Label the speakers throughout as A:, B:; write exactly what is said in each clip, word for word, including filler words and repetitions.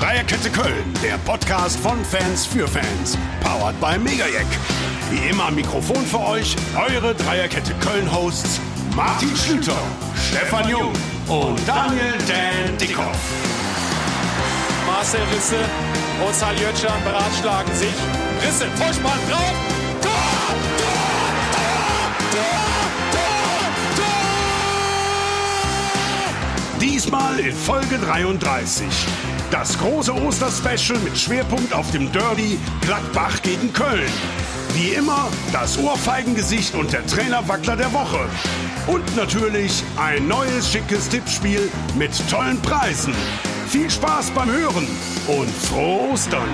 A: Dreierkette Köln, der Podcast von Fans für Fans. Powered by Megajack. Wie immer am Mikrofon für euch, eure Dreierkette Köln-Hosts Martin Schlüter, Stefan Jung und Daniel Dan Dickhoff.
B: Marcel Risse und Saljötschan beratschlagen sich. Risse, Vorspann, drauf! Tor! Tor! Tor! Tor! Tor! Tor!
A: Diesmal in Folge dreiunddreißig. Das große Osterspecial mit Schwerpunkt auf dem Derby Gladbach gegen Köln. Wie immer das Ohrfeigengesicht und der Trainerwackler der Woche. Und natürlich ein neues schickes Tippspiel mit tollen Preisen. Viel Spaß beim Hören und frohe Ostern!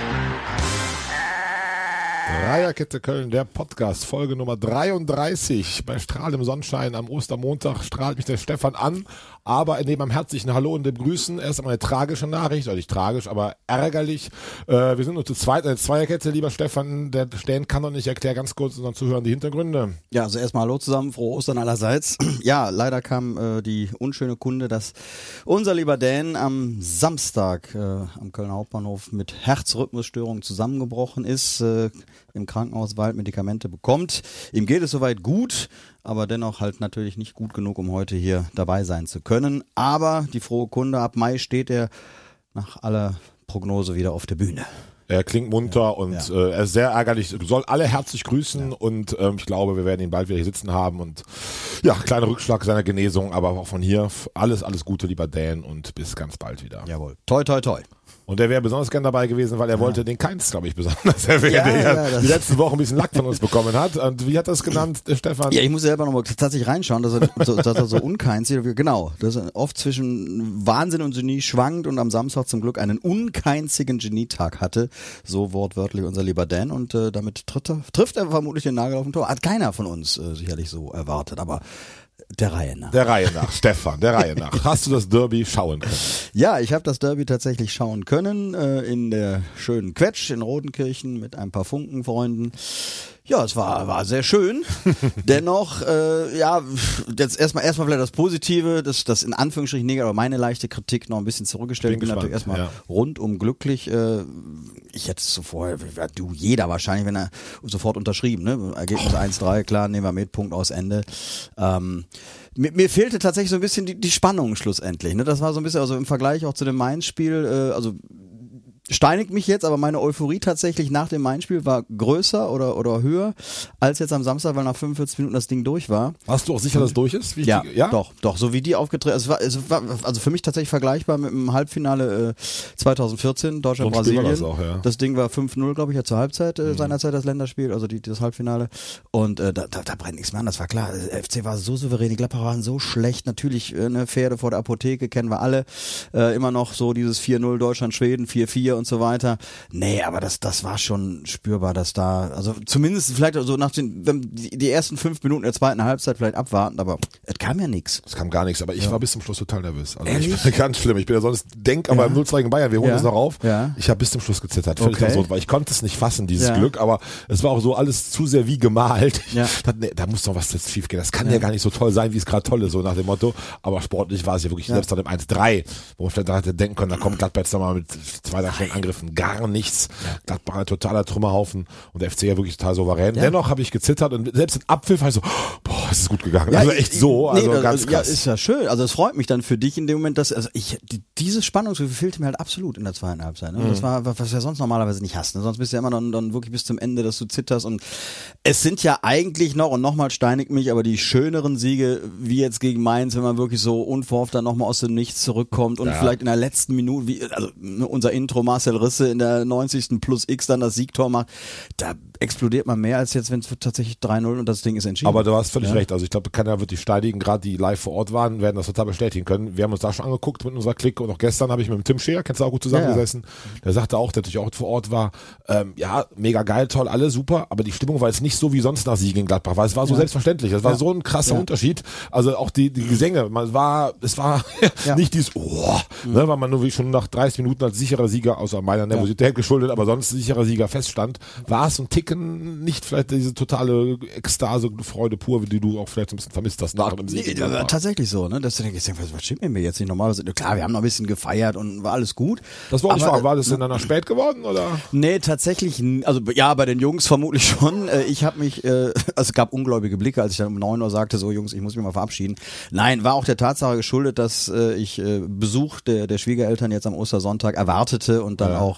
C: Dreierkette Köln, der Podcast, Folge Nummer dreiunddreißig. Bei strahlendem Sonnenschein am Ostermontag strahlt mich der Stefan an, aber neben einem herzlichen Hallo und dem Grüßen erst einmal eine tragische Nachricht, oder nicht tragisch, aber ärgerlich. Äh, wir sind nur zu zweit, eine Zweierkette, lieber Stefan, der Stan kann doch nicht, erklär ganz kurz unseren Zuhörern die Hintergründe.
D: Ja, also erstmal Hallo zusammen, frohe Ostern allerseits. Ja, leider kam äh, die unschöne Kunde, dass unser lieber Dan am Samstag äh, am Kölner Hauptbahnhof mit Herzrhythmusstörungen zusammengebrochen ist, äh, im Krankenhaus Wald Medikamente bekommt. Ihm geht es soweit gut, aber dennoch halt natürlich nicht gut genug, um heute hier dabei sein zu können. Aber die frohe Kunde, ab Mai steht er nach aller Prognose wieder auf der Bühne.
C: Er klingt munter ja, und ja. Äh, er ist sehr ärgerlich. Du soll alle herzlich grüßen ja. und ähm, ich glaube, wir werden ihn bald wieder hier sitzen haben und ja, kleiner Rückschlag seiner Genesung, aber auch von hier alles, alles Gute, lieber Dan, und bis ganz bald wieder.
D: Jawohl. Toi, toi, toi.
C: Und er wäre besonders gern dabei gewesen, weil er ja. wollte den Keins, glaube ich, besonders erwähnen,
D: ja,
C: der
D: ja,
C: ja die letzten Wochen ein bisschen Lack von uns bekommen hat. Und wie hat das genannt, Stefan?
D: Ja, ich muss selber nochmal tatsächlich reinschauen, dass er so, dass er so unkeins ist. Genau, dass er oft zwischen Wahnsinn und Genie schwankt und am Samstag zum Glück einen unkeinzigen Genietag hatte. So wortwörtlich unser lieber Dan. Und äh, damit tritt er, trifft er vermutlich den Nagel auf den Tor. Hat keiner von uns äh, sicherlich so erwartet, aber der Reihe nach.
C: Der Reihe nach, Stefan, der Reihe nach. Hast du das Derby schauen können?
D: Ja, ich habe das Derby tatsächlich schauen können, äh, in der schönen Quetsch in Rodenkirchen mit ein paar Funkenfreunden. Ja, es war war sehr schön. Dennoch, äh, ja, jetzt erstmal erstmal vielleicht das Positive, das das in Anführungsstrichen negativ, aber meine leichte Kritik noch ein bisschen zurückgestellt.
C: Bin
D: Ich bin
C: gespannt,
D: natürlich erstmal
C: ja.
D: rundum glücklich. Äh, ich hätte es zuvor, du jeder wahrscheinlich, wenn er sofort unterschrieben, ne? Ergebnis eins drei, klar, nehmen wir mit, Punkt aus Ende. Ähm, Mir, mir fehlte tatsächlich so ein bisschen die, die Spannung schlussendlich. Ne? Das war so ein bisschen, also im Vergleich auch zu dem Mainz-Spiel, äh, also steinigt mich jetzt, aber meine Euphorie tatsächlich nach dem Mainz-Spiel war größer oder oder höher als jetzt am Samstag, weil nach fünfundvierzig Minuten das Ding durch war.
C: Warst du auch sicher, dass es durch ist? Wie
D: ja,
C: die, ja,
D: doch, doch. So wie die aufgetreten, es war, es war also für mich tatsächlich vergleichbar mit dem Halbfinale äh, zweitausendvierzehn Deutschland-Brasilien.
C: Das, auch, ja.
D: das Ding war fünf null, glaube ich, ja zur Halbzeit äh, mhm. seinerzeit das Länderspiel, also die, das Halbfinale. Und äh, da, da, da brennt nichts mehr an, das war klar. Der F C war so souverän, die Gladbacher waren so schlecht. Natürlich, äh, ne, Pferde vor der Apotheke kennen wir alle. Äh, immer noch so dieses vier null Deutschland-Schweden, vier vier und so weiter. Nee, aber das das war schon spürbar, dass da, also zumindest vielleicht so nach den, wenn die, die ersten fünf Minuten der zweiten Halbzeit vielleicht abwarten, aber es kam ja nichts.
C: Es kam gar nichts, aber ich ja. war bis zum Schluss total nervös. Also
D: Ehrlich?
C: Ich bin ganz schlimm. Ich bin ja sonst, denk aber ja. im null zwei gegen Bayern, wir holen
D: ja.
C: das noch auf.
D: Ja.
C: Ich habe bis zum Schluss gezittert, völlig
D: okay.
C: absurd, weil ich konnte es nicht fassen, dieses
D: ja.
C: Glück, aber es war auch so alles zu sehr wie gemalt.
D: Ja.
C: Ich dachte, nee, da muss doch was jetzt schief gehen. Das kann ja,
D: ja
C: gar nicht so toll sein, wie es gerade toll ist, so nach dem Motto. Aber sportlich war es ja wirklich
D: ja.
C: selbst nach dem eins drei, wo man vielleicht hätte denken können, da kommt Gladbach jetzt nochmal mit zwei, drei schnellen Angriffen. Gar nichts. Ja. Gladbach ein totaler Trümmerhaufen und der F C ja wirklich total souverän. Ja. Dennoch habe ich gezittert und selbst in Abpfiff war ich so, boah, es ist gut gegangen. Ja, also echt so, also
D: nee,
C: ganz
D: das,
C: krass.
D: Ja, ist ja schön. Also es freut mich dann für dich in dem Moment, dass, also ich, die, dieses Spannungsgefühl fehlte mir halt absolut in der zweiten Halbzeit. Ne? Mhm. Das war, was du ja sonst normalerweise nicht hast. Ne? Sonst bist du ja immer dann, dann wirklich bis zum Ende, dass du zitterst und es sind ja eigentlich noch, und nochmal steinigt mich, aber die schöneren Siege, wie jetzt gegen Mainz, wenn man wirklich so unverhofft dann nochmal aus dem Nichts zurückkommt und ja. vielleicht in der letzten Minute, wie, also unser Intro Marcel Risse in der neunzigsten plus X dann das Siegtor macht, da explodiert man mehr als jetzt, wenn es tatsächlich drei null und das Ding ist entschieden.
C: Aber du hast völlig
D: ja.
C: recht. Also ich glaube, keiner wird die Steidigen, gerade die live vor Ort waren, werden das total bestätigen können. Wir haben uns da schon angeguckt mit unserer Clique und auch gestern habe ich mit dem Tim Scheer, kennst du auch, gut zusammengesessen. Ja, ja. Der sagte auch, der natürlich auch vor Ort war, ähm, ja, mega geil, toll, alle super, aber die Stimmung war jetzt nicht so wie sonst nach Siegen in Gladbach, weil es war so ja. selbstverständlich. Es war ja. so ein krasser ja. Unterschied. Also auch die, die Gesänge, man war, es war ja. nicht dieses, oh, mhm. ne, weil man nur wie schon nach dreißig Minuten als sicherer Sieger, außer meiner Nervosität ja. geschuldet, aber sonst sicherer Sieger feststand, war es ein Ticken nicht vielleicht diese totale Ekstase, Freude pur, wie du du auch vielleicht ein bisschen vermisst hast nach dem Sieg.
D: Nee, ja, tatsächlich so, ne? Das denke ich, was stimmt mir jetzt nicht normalerweise? Klar, wir haben noch ein bisschen gefeiert und war alles gut.
C: Das war, aber, war das denn dann noch spät geworden, oder?
D: Nee, tatsächlich, also ja, bei den Jungs vermutlich schon. Ich habe mich, also es gab ungläubige Blicke, als ich dann um neun Uhr sagte, so Jungs, ich muss mich mal verabschieden. Nein, war auch der Tatsache geschuldet, dass ich Besuch der, der Schwiegereltern jetzt am Ostersonntag erwartete und dann ja. auch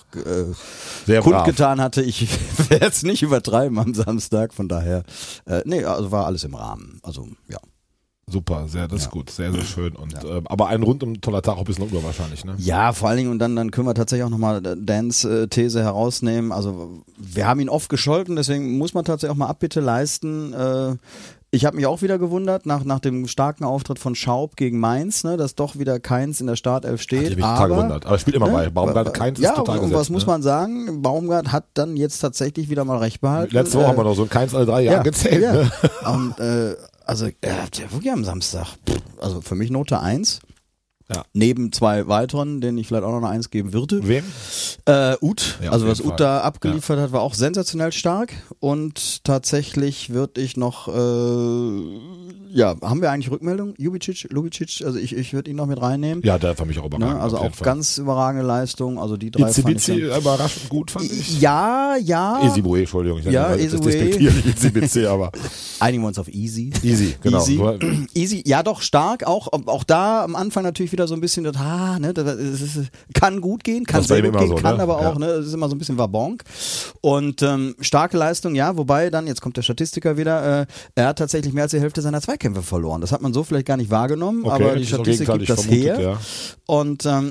D: äh, kundgetan hatte, ich werde es nicht übertreiben am Samstag, von daher, äh, nee, also war alles im Rahmen, also ja.
C: Super, sehr, das ja. ist gut, sehr, sehr schön. Und ja. äh, aber ein rundum toller Tag, auch bis noch über wahrscheinlich, ne?
D: Ja, vor allen Dingen, und dann, dann können wir tatsächlich auch nochmal Dans äh, These herausnehmen. Also wir haben ihn oft gescholten, deswegen muss man tatsächlich auch mal Abbitte leisten. Äh, ich habe mich auch wieder gewundert, nach, nach dem starken Auftritt von Schaub gegen Mainz, ne, dass doch wieder Keins in der Startelf steht.
C: Hat mich total gewundert, aber spielt immer
D: ne,
C: bei. Baumgart, Keins
D: ja,
C: ist total
D: und
C: gesetzt.
D: was muss
C: ne?
D: man sagen? Baumgart hat dann jetzt tatsächlich wieder mal recht behalten.
C: Letzte Woche äh, haben wir noch so ein Keins alle drei Jahre
D: ja,
C: gezählt.
D: Ja.
C: Ne?
D: Und, äh, also, er hat ja wirklich am Samstag, also für mich Note eins.
C: Ja.
D: Neben zwei weiteren, denen ich vielleicht auch noch eine eins geben würde.
C: Wem?
D: Äh, Uth.
C: Ja,
D: also was Uth da abgeliefert
C: ja.
D: hat, war auch sensationell stark. Und tatsächlich würde ich noch, äh, ja, haben wir eigentlich Rückmeldung? Jubicic, Lubicic, also ich, ich würde ihn noch mit reinnehmen.
C: Ja, der fand mich auch überragend.
D: Ne? Also auch
C: Fall.
D: ganz überragende Leistung. Also die drei fand ich
C: überraschend gut, fand ich.
D: Ja, ja.
C: Ezibue, Entschuldigung. Ich
D: ja,
C: das despektierlich Ezibue, aber.
D: Einigen wir uns auf Easy.
C: Easy, genau.
D: Easy. Easy, ja doch, stark. Auch, auch da am Anfang natürlich wieder so ein bisschen, das, ah, ne, das ist, kann gut gehen, kann sehr gut gehen, so, kann ne? aber auch, ja. ne, das ist immer so ein bisschen Wabonk. Und ähm, starke Leistung, ja, wobei dann, jetzt kommt der Statistiker wieder, äh, er hat tatsächlich mehr als die Hälfte seiner Zweikämpfe verloren. Das hat man so vielleicht gar nicht wahrgenommen,
C: okay,
D: aber die Statistik gibt das
C: vermutet,
D: her.
C: Ja.
D: Und ähm,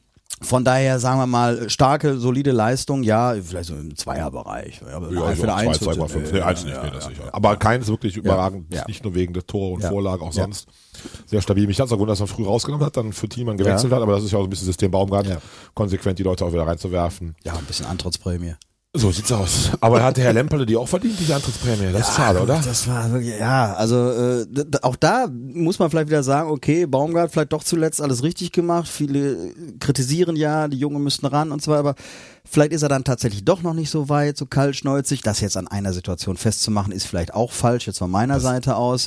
D: von daher, sagen wir mal, starke, solide Leistung, ja, vielleicht so im Zweierbereich. Ja,
C: ja, also für eine eins, zwei Komma fünf, nee, eins nicht, ja, nee, das ja, sicher. Ja. Aber keins wirklich überragend,
D: ja.
C: nicht nur wegen der Tore und
D: ja.
C: Vorlage, auch
D: ja.
C: sonst. Sehr stabil. Mich hat es auch gewundert, dass man früh rausgenommen hat, dann für Thiemann gewechselt
D: ja.
C: hat, aber das ist ja auch ein bisschen System Baumgart,
D: ja.
C: konsequent die Leute auch wieder reinzuwerfen.
D: Ja, ein bisschen Antrittsprämie.
C: So sieht's aus. Aber hatte Herr Lemperle die auch verdient, diese Antrittsprämie? Das ja, ist schade, oder?
D: Das war wirklich, ja, also äh, auch da muss man vielleicht wieder sagen, okay, Baumgart vielleicht doch zuletzt alles richtig gemacht. Viele kritisieren ja, die Jungen müssten ran und so weiter, aber vielleicht ist er dann tatsächlich doch noch nicht so weit, so kaltschnäuzig. Das jetzt an einer Situation festzumachen, ist vielleicht auch falsch, jetzt von meiner das Seite aus.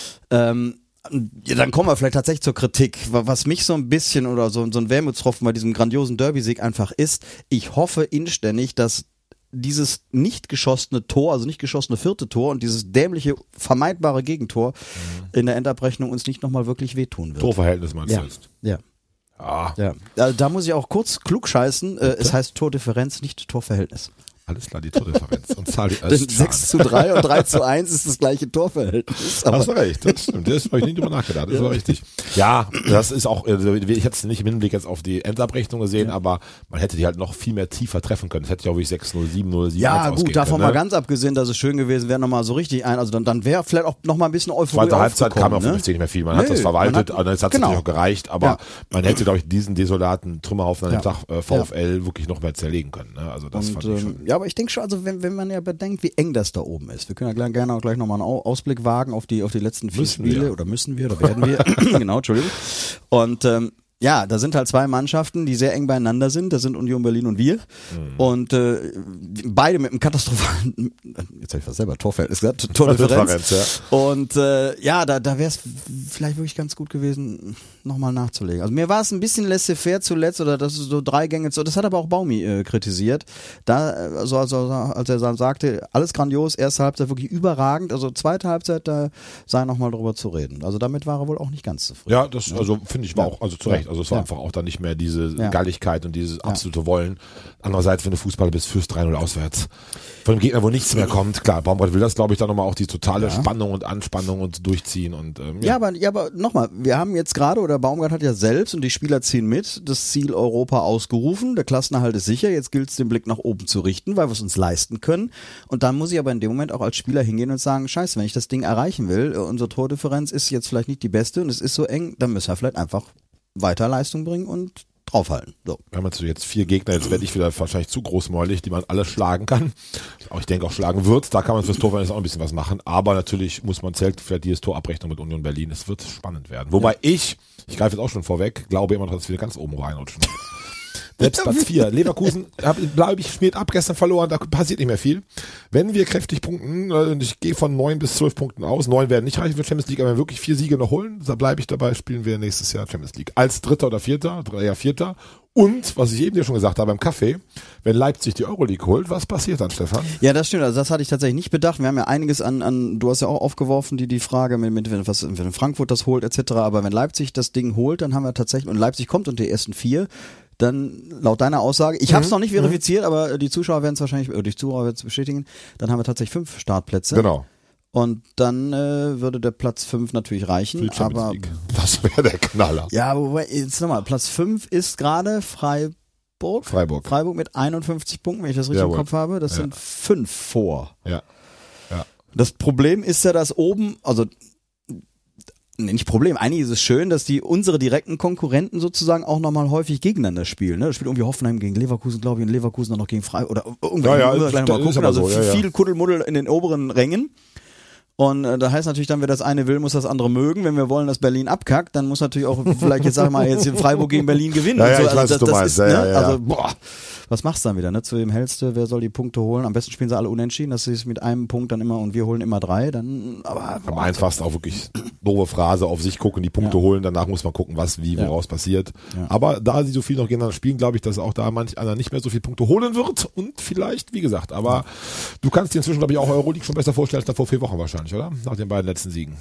D: Ähm, Ja, dann kommen wir vielleicht tatsächlich zur Kritik. Was mich so ein bisschen oder so, so ein Wermutstropfen bei diesem grandiosen Derby-Sieg einfach ist, ich hoffe inständig, dass dieses nicht geschossene Tor, also nicht geschossene vierte Tor und dieses dämliche, vermeidbare Gegentor mhm. in der Endabrechnung uns nicht nochmal wirklich wehtun wird.
C: Torverhältnis meinst
D: ja.
C: du jetzt?
D: Ja.
C: Ah.
D: ja. Da, da muss ich auch kurz klug scheißen. Äh, es heißt Tordifferenz, nicht Torverhältnis.
C: Alles klar, die Tordifferenz. Und Zahl die
D: als sechs zu drei und drei zu eins ist das gleiche Torverhältnis.
C: Hast du recht, das stimmt. Das habe ich nicht drüber nachgedacht. Das ja. war richtig. Ja, das ist auch, ich hätte es nicht im Hinblick jetzt auf die Endabrechnung gesehen, ja. aber man hätte die halt noch viel mehr tiefer treffen können. Das hätte ja auch wirklich sechs null, sieben null, sieben
D: Ja, gut, davon
C: können,
D: mal
C: ne?
D: ganz abgesehen, dass es schön gewesen wäre, nochmal so richtig ein, also dann, dann wäre vielleicht auch nochmal ein bisschen Euphorie
C: Zweite Halbzeit kam auf
D: ne?
C: fünfzehn nicht mehr viel. Man
D: Nö,
C: hat das verwaltet,
D: hat,
C: und jetzt hat es
D: genau.
C: natürlich auch gereicht, aber
D: ja.
C: man hätte, glaube ich, diesen desolaten Trümmerhaufen an dem
D: ja.
C: Tag äh, VfL ja. wirklich noch mehr zerlegen können. Ne? Also das
D: und,
C: fand ich schon.
D: Ähm, ja, aber ich denke schon, also wenn, wenn man ja bedenkt, wie eng das da oben ist. Wir können ja gleich, gerne auch gleich nochmal einen Ausblick wagen auf die, auf die letzten vier
C: müssen
D: Spiele.
C: Wir.
D: Oder müssen wir, oder werden wir. Genau, Entschuldigung. Und ähm, ja, da sind halt zwei Mannschaften, die sehr eng beieinander sind. Das sind Union Berlin und wir. Mhm. Und äh, beide mit einem katastrophalen, jetzt habe ich fast selber Torverhältnis gesagt, Tordifferenz. Ja. Und äh, ja, da, da wäre es vielleicht wirklich ganz gut gewesen, nochmal nachzulegen. Also mir war es ein bisschen laissez-faire zuletzt, oder das ist so drei Gänge, so, das hat aber auch Baumi äh, kritisiert. Da, also, also als er dann sagte, alles grandios, erste Halbzeit wirklich überragend, also zweite Halbzeit, da sei nochmal drüber zu reden. Also damit war er wohl auch nicht ganz zufrieden.
C: Ja, das, also finde ich, war
D: ja.
C: auch, also zu Recht. Also es war
D: ja.
C: einfach auch dann nicht mehr diese
D: ja.
C: Galligkeit und dieses absolute
D: ja.
C: Wollen. Andererseits, wenn du Fußballer bist, führst drei null auswärts. Von dem Gegner, wo nichts mehr kommt, klar, Baumgart will das, glaube ich, dann nochmal auch die totale ja. Spannung und Anspannung und durchziehen. Und, ähm, ja.
D: ja, aber, ja, aber nochmal, wir haben jetzt gerade, oder Baumgart hat ja selbst und die Spieler ziehen mit, das Ziel Europa ausgerufen, der Klassenerhalt ist sicher, jetzt gilt es den Blick nach oben zu richten, weil wir es uns leisten können. Und dann muss ich aber in dem Moment auch als Spieler hingehen und sagen, scheiße, wenn ich das Ding erreichen will, unsere Tordifferenz ist jetzt vielleicht nicht die beste und es ist so eng, dann müssen wir vielleicht einfach weiter Leistung bringen und draufhalten. So.
C: Wir haben jetzt, jetzt vier Gegner, jetzt werde ich wieder wahrscheinlich zu großmäulig, die man alle schlagen kann. Auch ich denke auch schlagen wird. Da kann man fürs Torverhältnis auch ein bisschen was machen. Aber natürlich muss man zählt für dieses Torabrechnung mit Union Berlin. Es wird spannend werden. Wobei ja. ich, ich greife jetzt auch schon vorweg, glaube immer noch, dass wir ganz oben reinrutschen. Selbst Platz vier. Leverkusen, bleibe ich, schmiert ab, gestern verloren, da passiert nicht mehr viel. Wenn wir kräftig punkten, und ich gehe von neun bis zwölf Punkten aus, neun werden nicht reichen für Champions League, aber wenn wir wirklich vier Siege noch holen, da bleibe ich dabei, spielen wir nächstes Jahr Champions League. Als Dritter oder Vierter, ja Vierter. Und, was ich eben dir schon gesagt habe beim Kaffee, wenn Leipzig die Euroleague holt, was passiert dann, Stefan?
D: Ja, das stimmt, also das hatte ich tatsächlich nicht bedacht. Wir haben ja einiges an, an du hast ja auch aufgeworfen, die, die Frage, mit, mit, wenn, was, wenn Frankfurt das holt, et cetera. Aber wenn Leipzig das Ding holt, dann haben wir tatsächlich, und Leipzig kommt unter die ersten vier, dann laut deiner Aussage, ich habe es
C: mhm.
D: noch nicht verifiziert, aber die Zuschauer werden es wahrscheinlich, oder die Zuschauer werden es bestätigen, dann haben wir tatsächlich fünf Startplätze.
C: Genau.
D: Und dann äh, würde der Platz fünf natürlich reichen. Aber
C: das wäre der Knaller.
D: Ja, aber jetzt nochmal, Platz fünf ist gerade Freiburg.
C: Freiburg.
D: Freiburg mit einundfünfzig Punkten, wenn ich das richtig
C: Jawohl.
D: im Kopf habe. Das
C: ja.
D: sind fünf vor.
C: Ja. ja.
D: Das Problem ist ja, dass oben, also nee, nicht Problem, eigentlich ist es schön, dass die unsere direkten Konkurrenten sozusagen auch nochmal häufig gegeneinander spielen. Ne? Das spielt irgendwie Hoffenheim gegen Leverkusen, glaube ich, und Leverkusen dann noch gegen Freiburg. Oder irgendwie
C: ja, ja,
D: müssen wir gleich nochmal gucken. Also
C: so, ja,
D: viel
C: ja.
D: Kuddelmuddel in den oberen Rängen. Und äh, da heißt natürlich dann, wer das eine will, muss das andere mögen. Wenn wir wollen, dass Berlin abkackt, dann muss natürlich auch vielleicht jetzt, sag ich mal, jetzt in Freiburg gegen Berlin gewinnen.
C: Ja, ja,
D: so.
C: ich
D: Also
C: weiß,
D: das,
C: was du
D: das
C: meinst.
D: ist,
C: Ja,
D: ne?
C: ja, ja.
D: Also, boah, was machst du dann wieder, ne? Zu dem Hellste, wer soll die Punkte holen? Am besten spielen sie alle unentschieden, dass sie es mit einem Punkt dann immer und wir holen immer drei, dann, aber.
C: Am einfachsten auch wirklich doofe Phrase, auf sich gucken, die Punkte
D: ja.
C: holen, danach muss man gucken, was, wie, woraus ja. passiert.
D: Ja.
C: Aber da sie so viel noch gegeneinander spielen, glaube ich, dass auch da manch einer nicht mehr so viele Punkte holen wird und vielleicht, wie gesagt, aber ja. du kannst dir inzwischen, glaube ich, auch Euroleague schon besser vorstellen als da vor vier Wochen wahrscheinlich, oder? Nach den beiden letzten Siegen.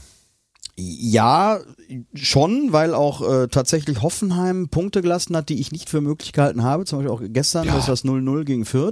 D: Ja, schon, weil auch äh, tatsächlich Hoffenheim Punkte gelassen hat, die ich nicht für möglich gehalten habe. Zum Beispiel auch gestern, ja. das war das null null gegen Fürth.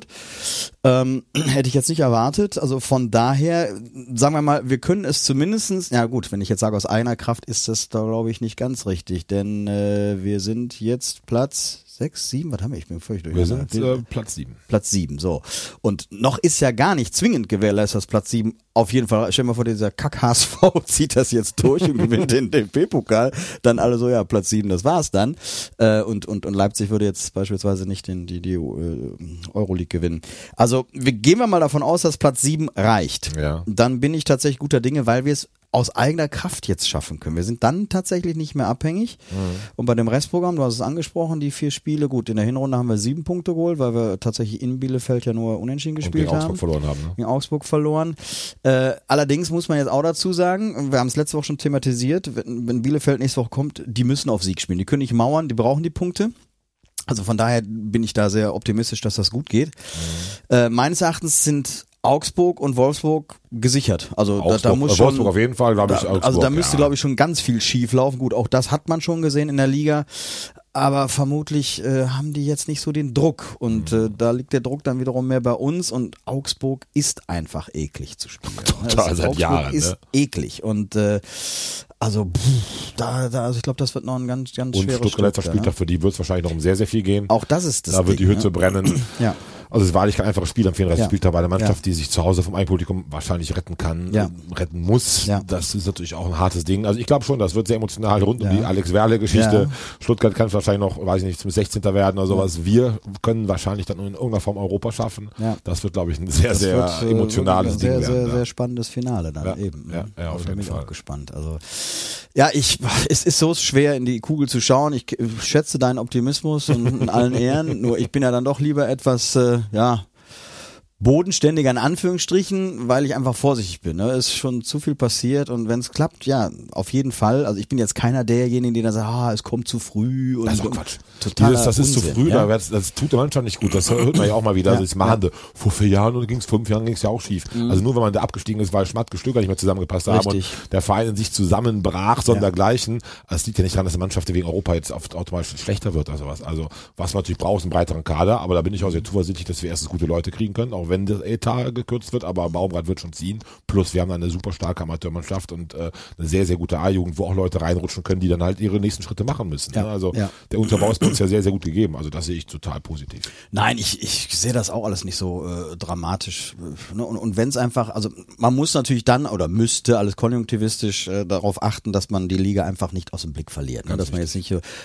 D: Ähm, hätte ich jetzt nicht erwartet. Also von daher, sagen wir mal, wir können es zumindestens. Ja gut, wenn ich jetzt sage aus eigener Kraft, ist das da glaube ich nicht ganz richtig. Denn äh, wir sind jetzt Platz sechs, sieben, was haben wir? Ich bin völlig durch.
C: Wir sind äh, Platz sieben.
D: Platz sieben, so. Und noch ist ja gar nicht zwingend gewährleistet, dass Platz sieben auf jeden Fall, stell dir mal vor, dieser Kack-H S V zieht das jetzt durch und gewinnt den D F B-Pokal. Dann alle so, ja, Platz sieben, das war's dann. Äh, und, und, und Leipzig würde jetzt beispielsweise nicht den, die, die äh, Euroleague gewinnen. Also wir gehen wir mal davon aus, dass Platz sieben reicht.
C: Ja.
D: Dann bin ich tatsächlich guter Dinge, weil wir es aus eigener Kraft jetzt schaffen können. Wir sind dann tatsächlich nicht mehr abhängig. Mhm. Und bei dem Restprogramm, du hast es angesprochen, die vier Spiele, gut, in der Hinrunde haben wir sieben Punkte geholt, weil wir tatsächlich in Bielefeld ja nur unentschieden gespielt
C: und gegen
D: haben.
C: Augsburg verloren haben. Ne?
D: Gegen Augsburg verloren. Äh, allerdings muss man jetzt auch dazu sagen, wir haben es letzte Woche schon thematisiert, wenn, wenn Bielefeld nächste Woche kommt, die müssen auf Sieg spielen. Die können nicht mauern, die brauchen die Punkte. Also von daher bin ich da sehr optimistisch, dass das gut geht. Mhm. Äh, meines Erachtens sind Augsburg und Wolfsburg gesichert. Also
C: Augsburg,
D: da, da muss
C: äh,
D: schon,
C: Wolfsburg auf jeden Fall, glaube ich.
D: Da,
C: Augsburg,
D: also da müsste,
C: ja.
D: glaube ich, schon ganz viel schief laufen. Gut, auch das hat man schon gesehen in der Liga. Aber vermutlich äh, haben die jetzt nicht so den Druck. Und
C: mhm.
D: äh, da liegt der Druck dann wiederum mehr bei uns. Und Augsburg ist einfach eklig zu spielen.
C: Total, seit
D: Augsburg
C: Jahren.
D: ist
C: ne?
D: eklig. Und äh, also pff, da, da, also ich glaube, das wird noch ein ganz, ganz
C: und
D: schweres
C: Stuttgart letzter
D: Stück,
C: Spieltag,
D: ne?
C: für die wird es wahrscheinlich noch um sehr, sehr viel gehen.
D: Auch das ist das
C: Da wird
D: Ding,
C: die Hütte
D: ne?
C: brennen.
D: Ja.
C: Also es war nicht kein einfaches Spiel am vierunddreißigsten
D: Ja.
C: Spieltag bei einer Mannschaft,
D: Ja.
C: die sich zu Hause vom Eigenpublikum wahrscheinlich retten kann,
D: Ja.
C: retten muss.
D: Ja.
C: Das ist natürlich auch ein hartes Ding. Also ich glaube schon, das wird sehr emotional rund
D: Ja.
C: um die Alex Werle-Geschichte.
D: Ja.
C: Stuttgart kann wahrscheinlich noch, weiß ich nicht, zum sechzehnten werden oder sowas. Wir können wahrscheinlich dann in irgendeiner Form Europa schaffen.
D: Ja.
C: Das wird, glaube ich, ein sehr,
D: Das
C: sehr
D: wird, äh,
C: emotionales
D: ein
C: Ding
D: sehr,
C: werden.
D: sehr,
C: ja.
D: sehr spannendes Finale dann
C: Ja.
D: eben.
C: Ja,
D: ne?
C: ja, auf
D: Also da
C: jeden
D: bin ich
C: Fall.
D: auch gespannt. Also ja, ich, es ist so schwer in die Kugel zu schauen. Ich schätze deinen Optimismus und in allen Ehren. Nur ich bin ja dann doch lieber etwas, äh, ja, bodenständiger in Anführungsstrichen, weil ich einfach vorsichtig bin. Ne? Es ist schon zu viel passiert und wenn es klappt, ja, auf jeden Fall. Also ich bin jetzt keiner derjenigen, die dann sagt, ah, es kommt zu früh. Und
C: Das ist doch Quatsch.
D: Totaler
C: Dieses, das ist
D: Unsinn,
C: zu früh,
D: ja?
C: das, das tut der Mannschaft nicht gut. Das hört man ja auch mal wieder.
D: Ja,
C: Also das Mahende, vor vier Jahren oder ging es fünf Jahren, ging es ja auch schief. Mhm. Also nur wenn man da abgestiegen ist, weil Schmatke Stücker nicht mehr zusammengepasst haben und der Verein in sich zusammenbrach, sondergleichen. Ja. Es liegt ja nicht daran, dass die Mannschaft wegen Europa jetzt oft automatisch schlechter wird oder sowas. Also was man natürlich braucht, ist einen breiteren Kader, aber da bin ich auch sehr zuversichtlich, dass wir erstens gute Leute kriegen können, auch wenn das Etat gekürzt wird, aber Baumgart wird schon ziehen. Plus wir haben eine super starke Amateurmannschaft und äh, eine sehr, sehr gute A-Jugend, wo auch Leute reinrutschen können, die dann halt ihre nächsten Schritte machen müssen.
D: Ja,
C: ne? Also
D: ja.
C: der Unterbau ist bei uns ja sehr, sehr gut gegeben. Also das sehe ich total positiv.
D: Nein, ich, ich sehe das auch alles nicht so äh, dramatisch. Ne? Und, und wenn es einfach, also man muss natürlich dann oder müsste alles konjunktivistisch äh, darauf achten, dass man die Liga einfach nicht aus dem Blick verliert. Ne? Dass man jetzt nicht äh,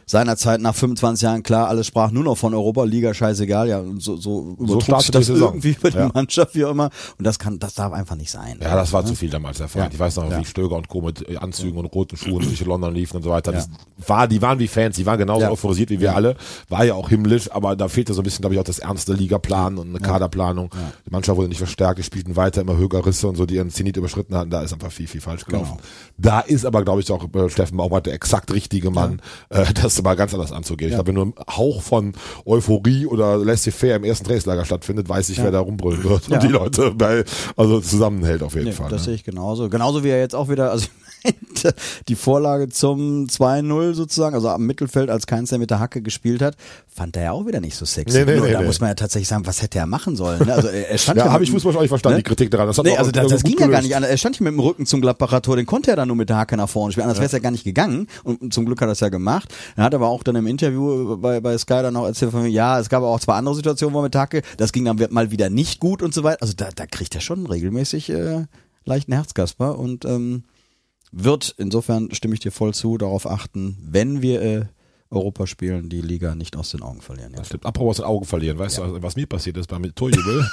D: seinerzeit nach fünfundzwanzig Jahren klar, alles sprach nur noch von Europa, Liga, scheißegal, ja, und so, so übertrug sich das irgendwie über die ja. Mannschaft, wie auch immer. Und das kann, das darf einfach nicht sein.
C: Ja, das war ne? zu viel damals der Fall. Ja. Ich weiß noch, ja. wie Stöger und Co. mit Anzügen ja. und roten Schuhen durch London liefen und so weiter. Das ja. war, die waren wie Fans, die waren genauso ja. euphorisiert wie wir ja. alle. War ja auch himmlisch, aber da fehlte so ein bisschen, glaube ich, auch das ernste Ligaplan und eine ja. Kaderplanung. Ja. Die Mannschaft wurde nicht verstärkt, die spielten weiter, immer höhere Risse und so, die ihren Zenit überschritten hatten. Da ist einfach viel, viel falsch gelaufen. Genau. Da ist aber, glaube ich, auch äh, Steffen Baumgart der exakt richtige Mann, ja. äh, das mal ganz anders anzugehen. Ja. Ich glaube, wenn nur ein Hauch von Euphorie oder Laissez-faire im ersten Trainingslager stattfindet, weiß ich, ja. wer da rumbrüllen wird ja. und die Leute bei, also zusammenhält auf jeden
D: nee,
C: Fall.
D: Das
C: ne?
D: sehe ich genauso. Genauso wie er jetzt auch wieder, also die Vorlage zum zwei null sozusagen, also am Mittelfeld, als Keins der mit der Hacke gespielt hat, fand er ja auch wieder nicht so sexy.
C: Nee, nee,
D: Nur,
C: nee,
D: da
C: nee.
D: muss man ja tatsächlich sagen, was hätte er machen sollen? Ne? Also er stand
C: ja,
D: ja
C: habe ich Fußball auch nicht verstanden, ne? Die Kritik daran. Das hat
D: nee, also das, das ging
C: gelöst.
D: ja gar nicht an. Er stand hier mit dem Rücken zum Gladbacher Tor, den konnte er dann nur mit der Hacke nach vorne spielen, anders ja. wäre es ja gar nicht gegangen und zum Glück hat er es ja gemacht. Er hat aber auch dann im Interview bei, bei Sky dann auch erzählt von mir, ja, es gab auch zwei andere Situationen, wo er mit der Hacke, das ging dann mal wieder nicht gut und so weiter. Also da, da kriegt er schon regelmäßig äh, leichten Herzkasper und ähm, wird, insofern stimme ich dir voll zu, darauf achten, wenn wir äh, Europa spielen, die Liga nicht aus den Augen verlieren. Ja.
C: Das stimmt. Apropos aus den Augen verlieren. Weißt ja. du, was mir passiert ist beim Torjubel?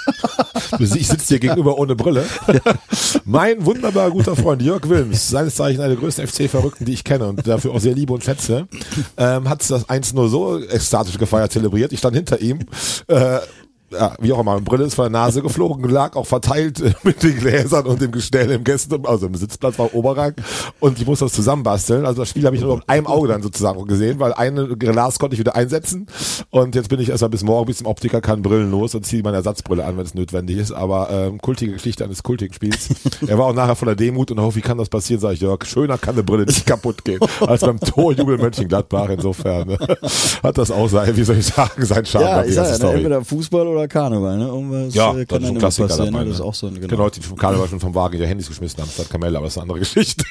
C: Ich sitze dir gegenüber ohne Brille. Ja. Mein wunderbar guter Freund Jörg Wilms, seines Zeichen einer der größten F C-Verrückten, die ich kenne und dafür auch sehr liebe und schätze, ähm, hat das eins null so ekstatisch gefeiert, zelebriert. Ich stand hinter ihm, äh, ja, wie auch immer, eine Brille ist von der Nase geflogen, lag auch verteilt mit den Gläsern und dem Gestell im Gästen, also im Sitzplatz war Oberrang und ich musste das zusammenbasteln. Also das Spiel habe ich nur mit einem Auge dann sozusagen gesehen, weil eine Glas konnte ich wieder einsetzen und jetzt bin ich erstmal bis morgen bis zum Optiker, kann Brillen los und ziehe meine Ersatzbrille an, wenn es notwendig ist, aber ähm, kultige Geschichte eines kultigen Spiels. Er war auch nachher von der Demut und hoffe, wie kann das passieren, sag ich, Jörg, schöner kann eine Brille nicht kaputt gehen, als beim Torjubel Mönchengladbach. Insofern ne, hat das auch sein, wie soll ich sagen, sein Charme.
D: Ja, ich sag, ne, entweder Fußball oder Karneval, ne? Irgendwas
C: ja,
D: äh,
C: kann das ist ein Klassiker
D: passieren,
C: dabei.
D: Ne? Das ist
C: ne?
D: auch so ein, genau.
C: genau. Leute, die vom Karneval schon vom Wagen ihre Handys geschmissen haben, statt Kamelle, aber das ist eine andere Geschichte.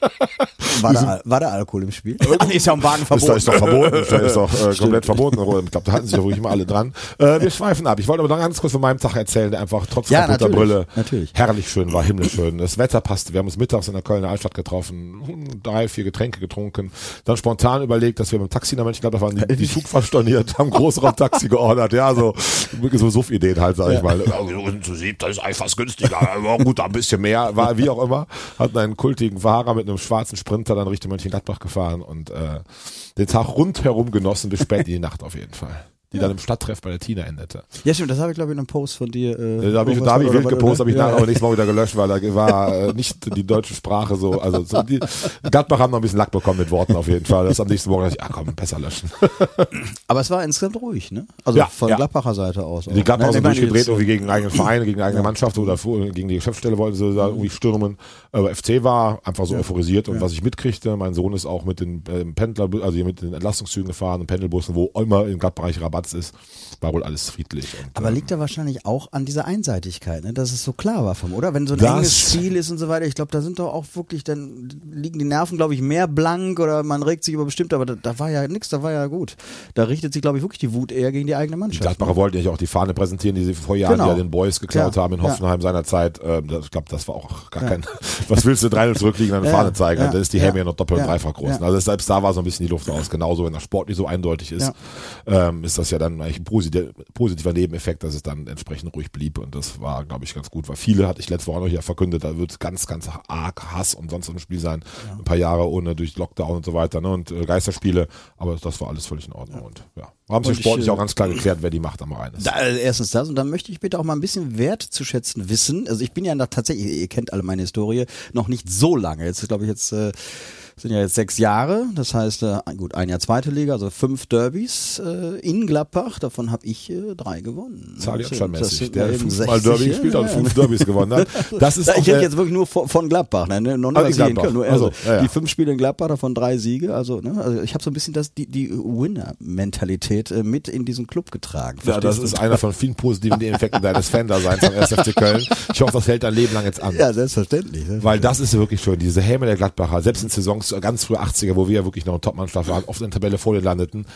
D: War da, war da Alkohol im Spiel? ist ja am Wagen verboten.
C: Das ist doch verboten. Das ist doch äh, komplett verboten. Ich glaube, da hatten sich ja wirklich immer alle dran. Äh, wir schweifen ab. Ich wollte aber dann ganz kurz von meinem Tag erzählen, der einfach trotz
D: ja,
C: kaputter
D: natürlich,
C: Brille
D: natürlich.
C: herrlich schön war, himmlisch schön. Das Wetter passte. Wir haben uns mittags in der Kölner Altstadt getroffen, drei, vier Getränke getrunken, dann spontan überlegt, dass wir mit dem Taxi nach Mönchengladbach waren, die, die Zug verstorniert, haben Großraumtaxi geordert. Ja, so, so Suff-Ideen halt, sag ich ja. mal. Zu sieb, das ist einfach günstiger. Aber gut, ein bisschen mehr, war wie auch immer. Hatten einen kultigen Fahrer mit einem schwarzen Sprinter dann Richtung Mönchengladbach gefahren und äh, den Tag rundherum genossen, bis spät in die Nacht auf jeden Fall. Die ja. dann im Stadttreff bei der Tina endete.
D: Ja, stimmt, das habe ich, glaube ich, in einem Post von dir. Äh,
C: da habe ich, da hab ich wild gepostet, habe ich ja. nachher aber nächstes Mal wieder gelöscht, weil da war äh, nicht die deutsche Sprache so. Also so die Gladbach haben noch ein bisschen Lack bekommen mit Worten auf jeden Fall. Das am nächsten Morgen dachte ich, ach komm, besser löschen.
D: Aber es war insgesamt ruhig, ne? Also
C: ja,
D: von
C: ja.
D: Gladbacher Seite aus.
C: Die Gladbacher sind durchgedreht, irgendwie gegen eigene Vereine, gegen eigene ja. Mannschaft oder gegen die Geschäftsstelle wollten sie da irgendwie stürmen. Aber F C war einfach so ja. euphorisiert und ja. was ich mitkriegte, mein Sohn ist auch mit den äh, Pendler, also mit den Entlastungszügen gefahren und Pendelbussen, wo immer im Gladbereich Rabatz ist. War wohl alles friedlich. Und,
D: aber
C: ähm,
D: liegt da wahrscheinlich auch an dieser Einseitigkeit, ne? Dass es so klar war vom, oder? Wenn so ein
C: das,
D: enges Spiel ist und so weiter, ich glaube, da sind doch auch wirklich, dann liegen die Nerven, glaube ich, mehr blank oder man regt sich über bestimmt, aber da, da war ja nichts, da war ja gut. Da richtet sich, glaube ich, wirklich die Wut eher gegen die eigene Mannschaft.
C: Die Gladbacher ne? wollten ja auch die Fahne präsentieren, die sie vor Jahren genau. ja den Boys geklaut ja. haben in Hoffenheim ja. seinerzeit. Ähm, das, ich glaube, das war auch gar ja. kein, was willst du drei null zurückliegen, eine ja. Fahne zeigen? Ja. Dann ist die Helme ja noch doppelt und ja. dreifach groß. Ja. Also selbst da war so ein bisschen die Luft raus. Genauso, wenn das Sport nicht so eindeutig ist, ja. ähm, ist das ja dann eigentlich ein positiver, positiver Nebeneffekt, dass es dann entsprechend ruhig blieb und das war, glaube ich, ganz gut, weil viele, hatte ich letzte Woche noch hier verkündet, da wird ganz, ganz arg Hass und sonst im Spiel sein, ja. ein paar Jahre ohne durch Lockdown und so weiter ne? und äh, Geisterspiele, aber das war alles völlig in Ordnung ja. und ja, haben sich sportlich auch ganz klar geklärt, wer die Macht am Rhein ist.
D: Da, erstens das und dann möchte ich bitte auch mal ein bisschen Wert zu schätzen wissen, also ich bin ja tatsächlich, ihr kennt alle meine Historie, noch nicht so lange, jetzt glaube ich jetzt äh, sind ja jetzt sechs Jahre, das heißt, äh, gut, ein Jahr zweite Liga, also fünf Derbys äh, in Gladbach, davon habe ich äh, drei gewonnen.
C: Salihamidzic-mäßig, der fünfmal Derby gespielt hat und fünf Derbys gewonnen hat. Das ist
D: ich rede jetzt wirklich nur von, von Gladbach, ne? Noch
C: also in Gladbach.
D: Nur,
C: also,
D: also ja, ja. Die fünf Spiele in Gladbach, davon drei Siege, also, ne? Also ich habe so ein bisschen das, die, die Winner-Mentalität äh, mit in diesen Club getragen.
C: Ja, das ist einer von vielen positiven Effekten deines Fan-Daseins am ersten F C Köln. Ich hoffe, das hält dein Leben lang jetzt an.
D: Ja, selbstverständlich. selbstverständlich.
C: Weil das ist wirklich schön, diese Häme der Gladbacher, selbst in Saisons ganz früh achtziger, wo wir ja wirklich noch eine Top-Mannschaft waren, oft in der Tabelle vor den landeten,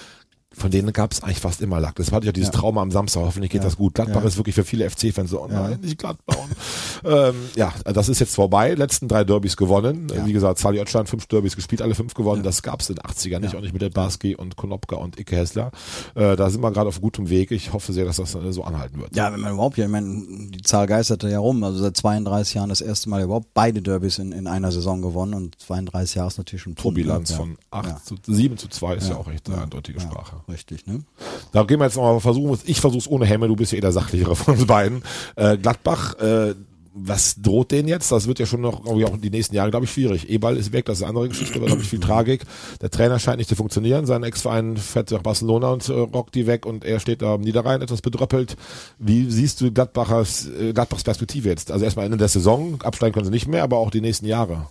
C: von denen gab es eigentlich fast immer Lack. Das war ja dieses
D: ja.
C: Trauma am Samstag. Hoffentlich geht
D: ja.
C: das gut. Gladbach
D: ja.
C: ist wirklich für viele F C-Fans so, oh nein,
D: ja.
C: nicht Gladbach. ähm, ja, das ist jetzt vorbei. Letzten drei Derbys gewonnen. Ja. Wie gesagt, Sali Özcan, fünf Derbys gespielt, alle fünf gewonnen. Ja. Das gab es in den achtzigern nicht, ja. auch nicht mit der Barski und Konopka und Icke Hessler. Äh, da sind wir gerade auf gutem Weg. Ich hoffe sehr, dass das äh, so anhalten wird.
D: Ja, wenn man überhaupt, ja, ich meine, die Zahl geisterte ja rum. Also seit zweiunddreißig Jahren das erste Mal überhaupt beide Derbys in, in einer Saison gewonnen und zweiunddreißig Jahre ist natürlich schon
C: Torbilanz
D: ja.
C: von acht
D: ja.
C: zu sieben zu zwei ist ja,
D: ja
C: auch echt eine
D: ja.
C: eindeutige
D: ja.
C: Sprache.
D: Richtig, ne?
C: Da gehen wir jetzt nochmal versuchen, ich versuche es ohne Hemme, du bist ja eh der Sachlichere von uns beiden. Äh, Gladbach, äh, was droht denen jetzt? Das wird ja schon noch auch in die nächsten Jahre, glaube ich, schwierig. Eberl ist weg, das ist eine andere Geschichte, da glaube ich viel Tragik. Der Trainer scheint nicht zu funktionieren, sein Ex-Verein fährt nach Barcelona und äh, rockt die weg und er steht da am Niederrhein etwas bedröppelt. Wie siehst du Gladbachers, äh, Gladbachs Perspektive jetzt? Also erstmal Ende der Saison, absteigen können sie nicht mehr, aber auch die nächsten Jahre.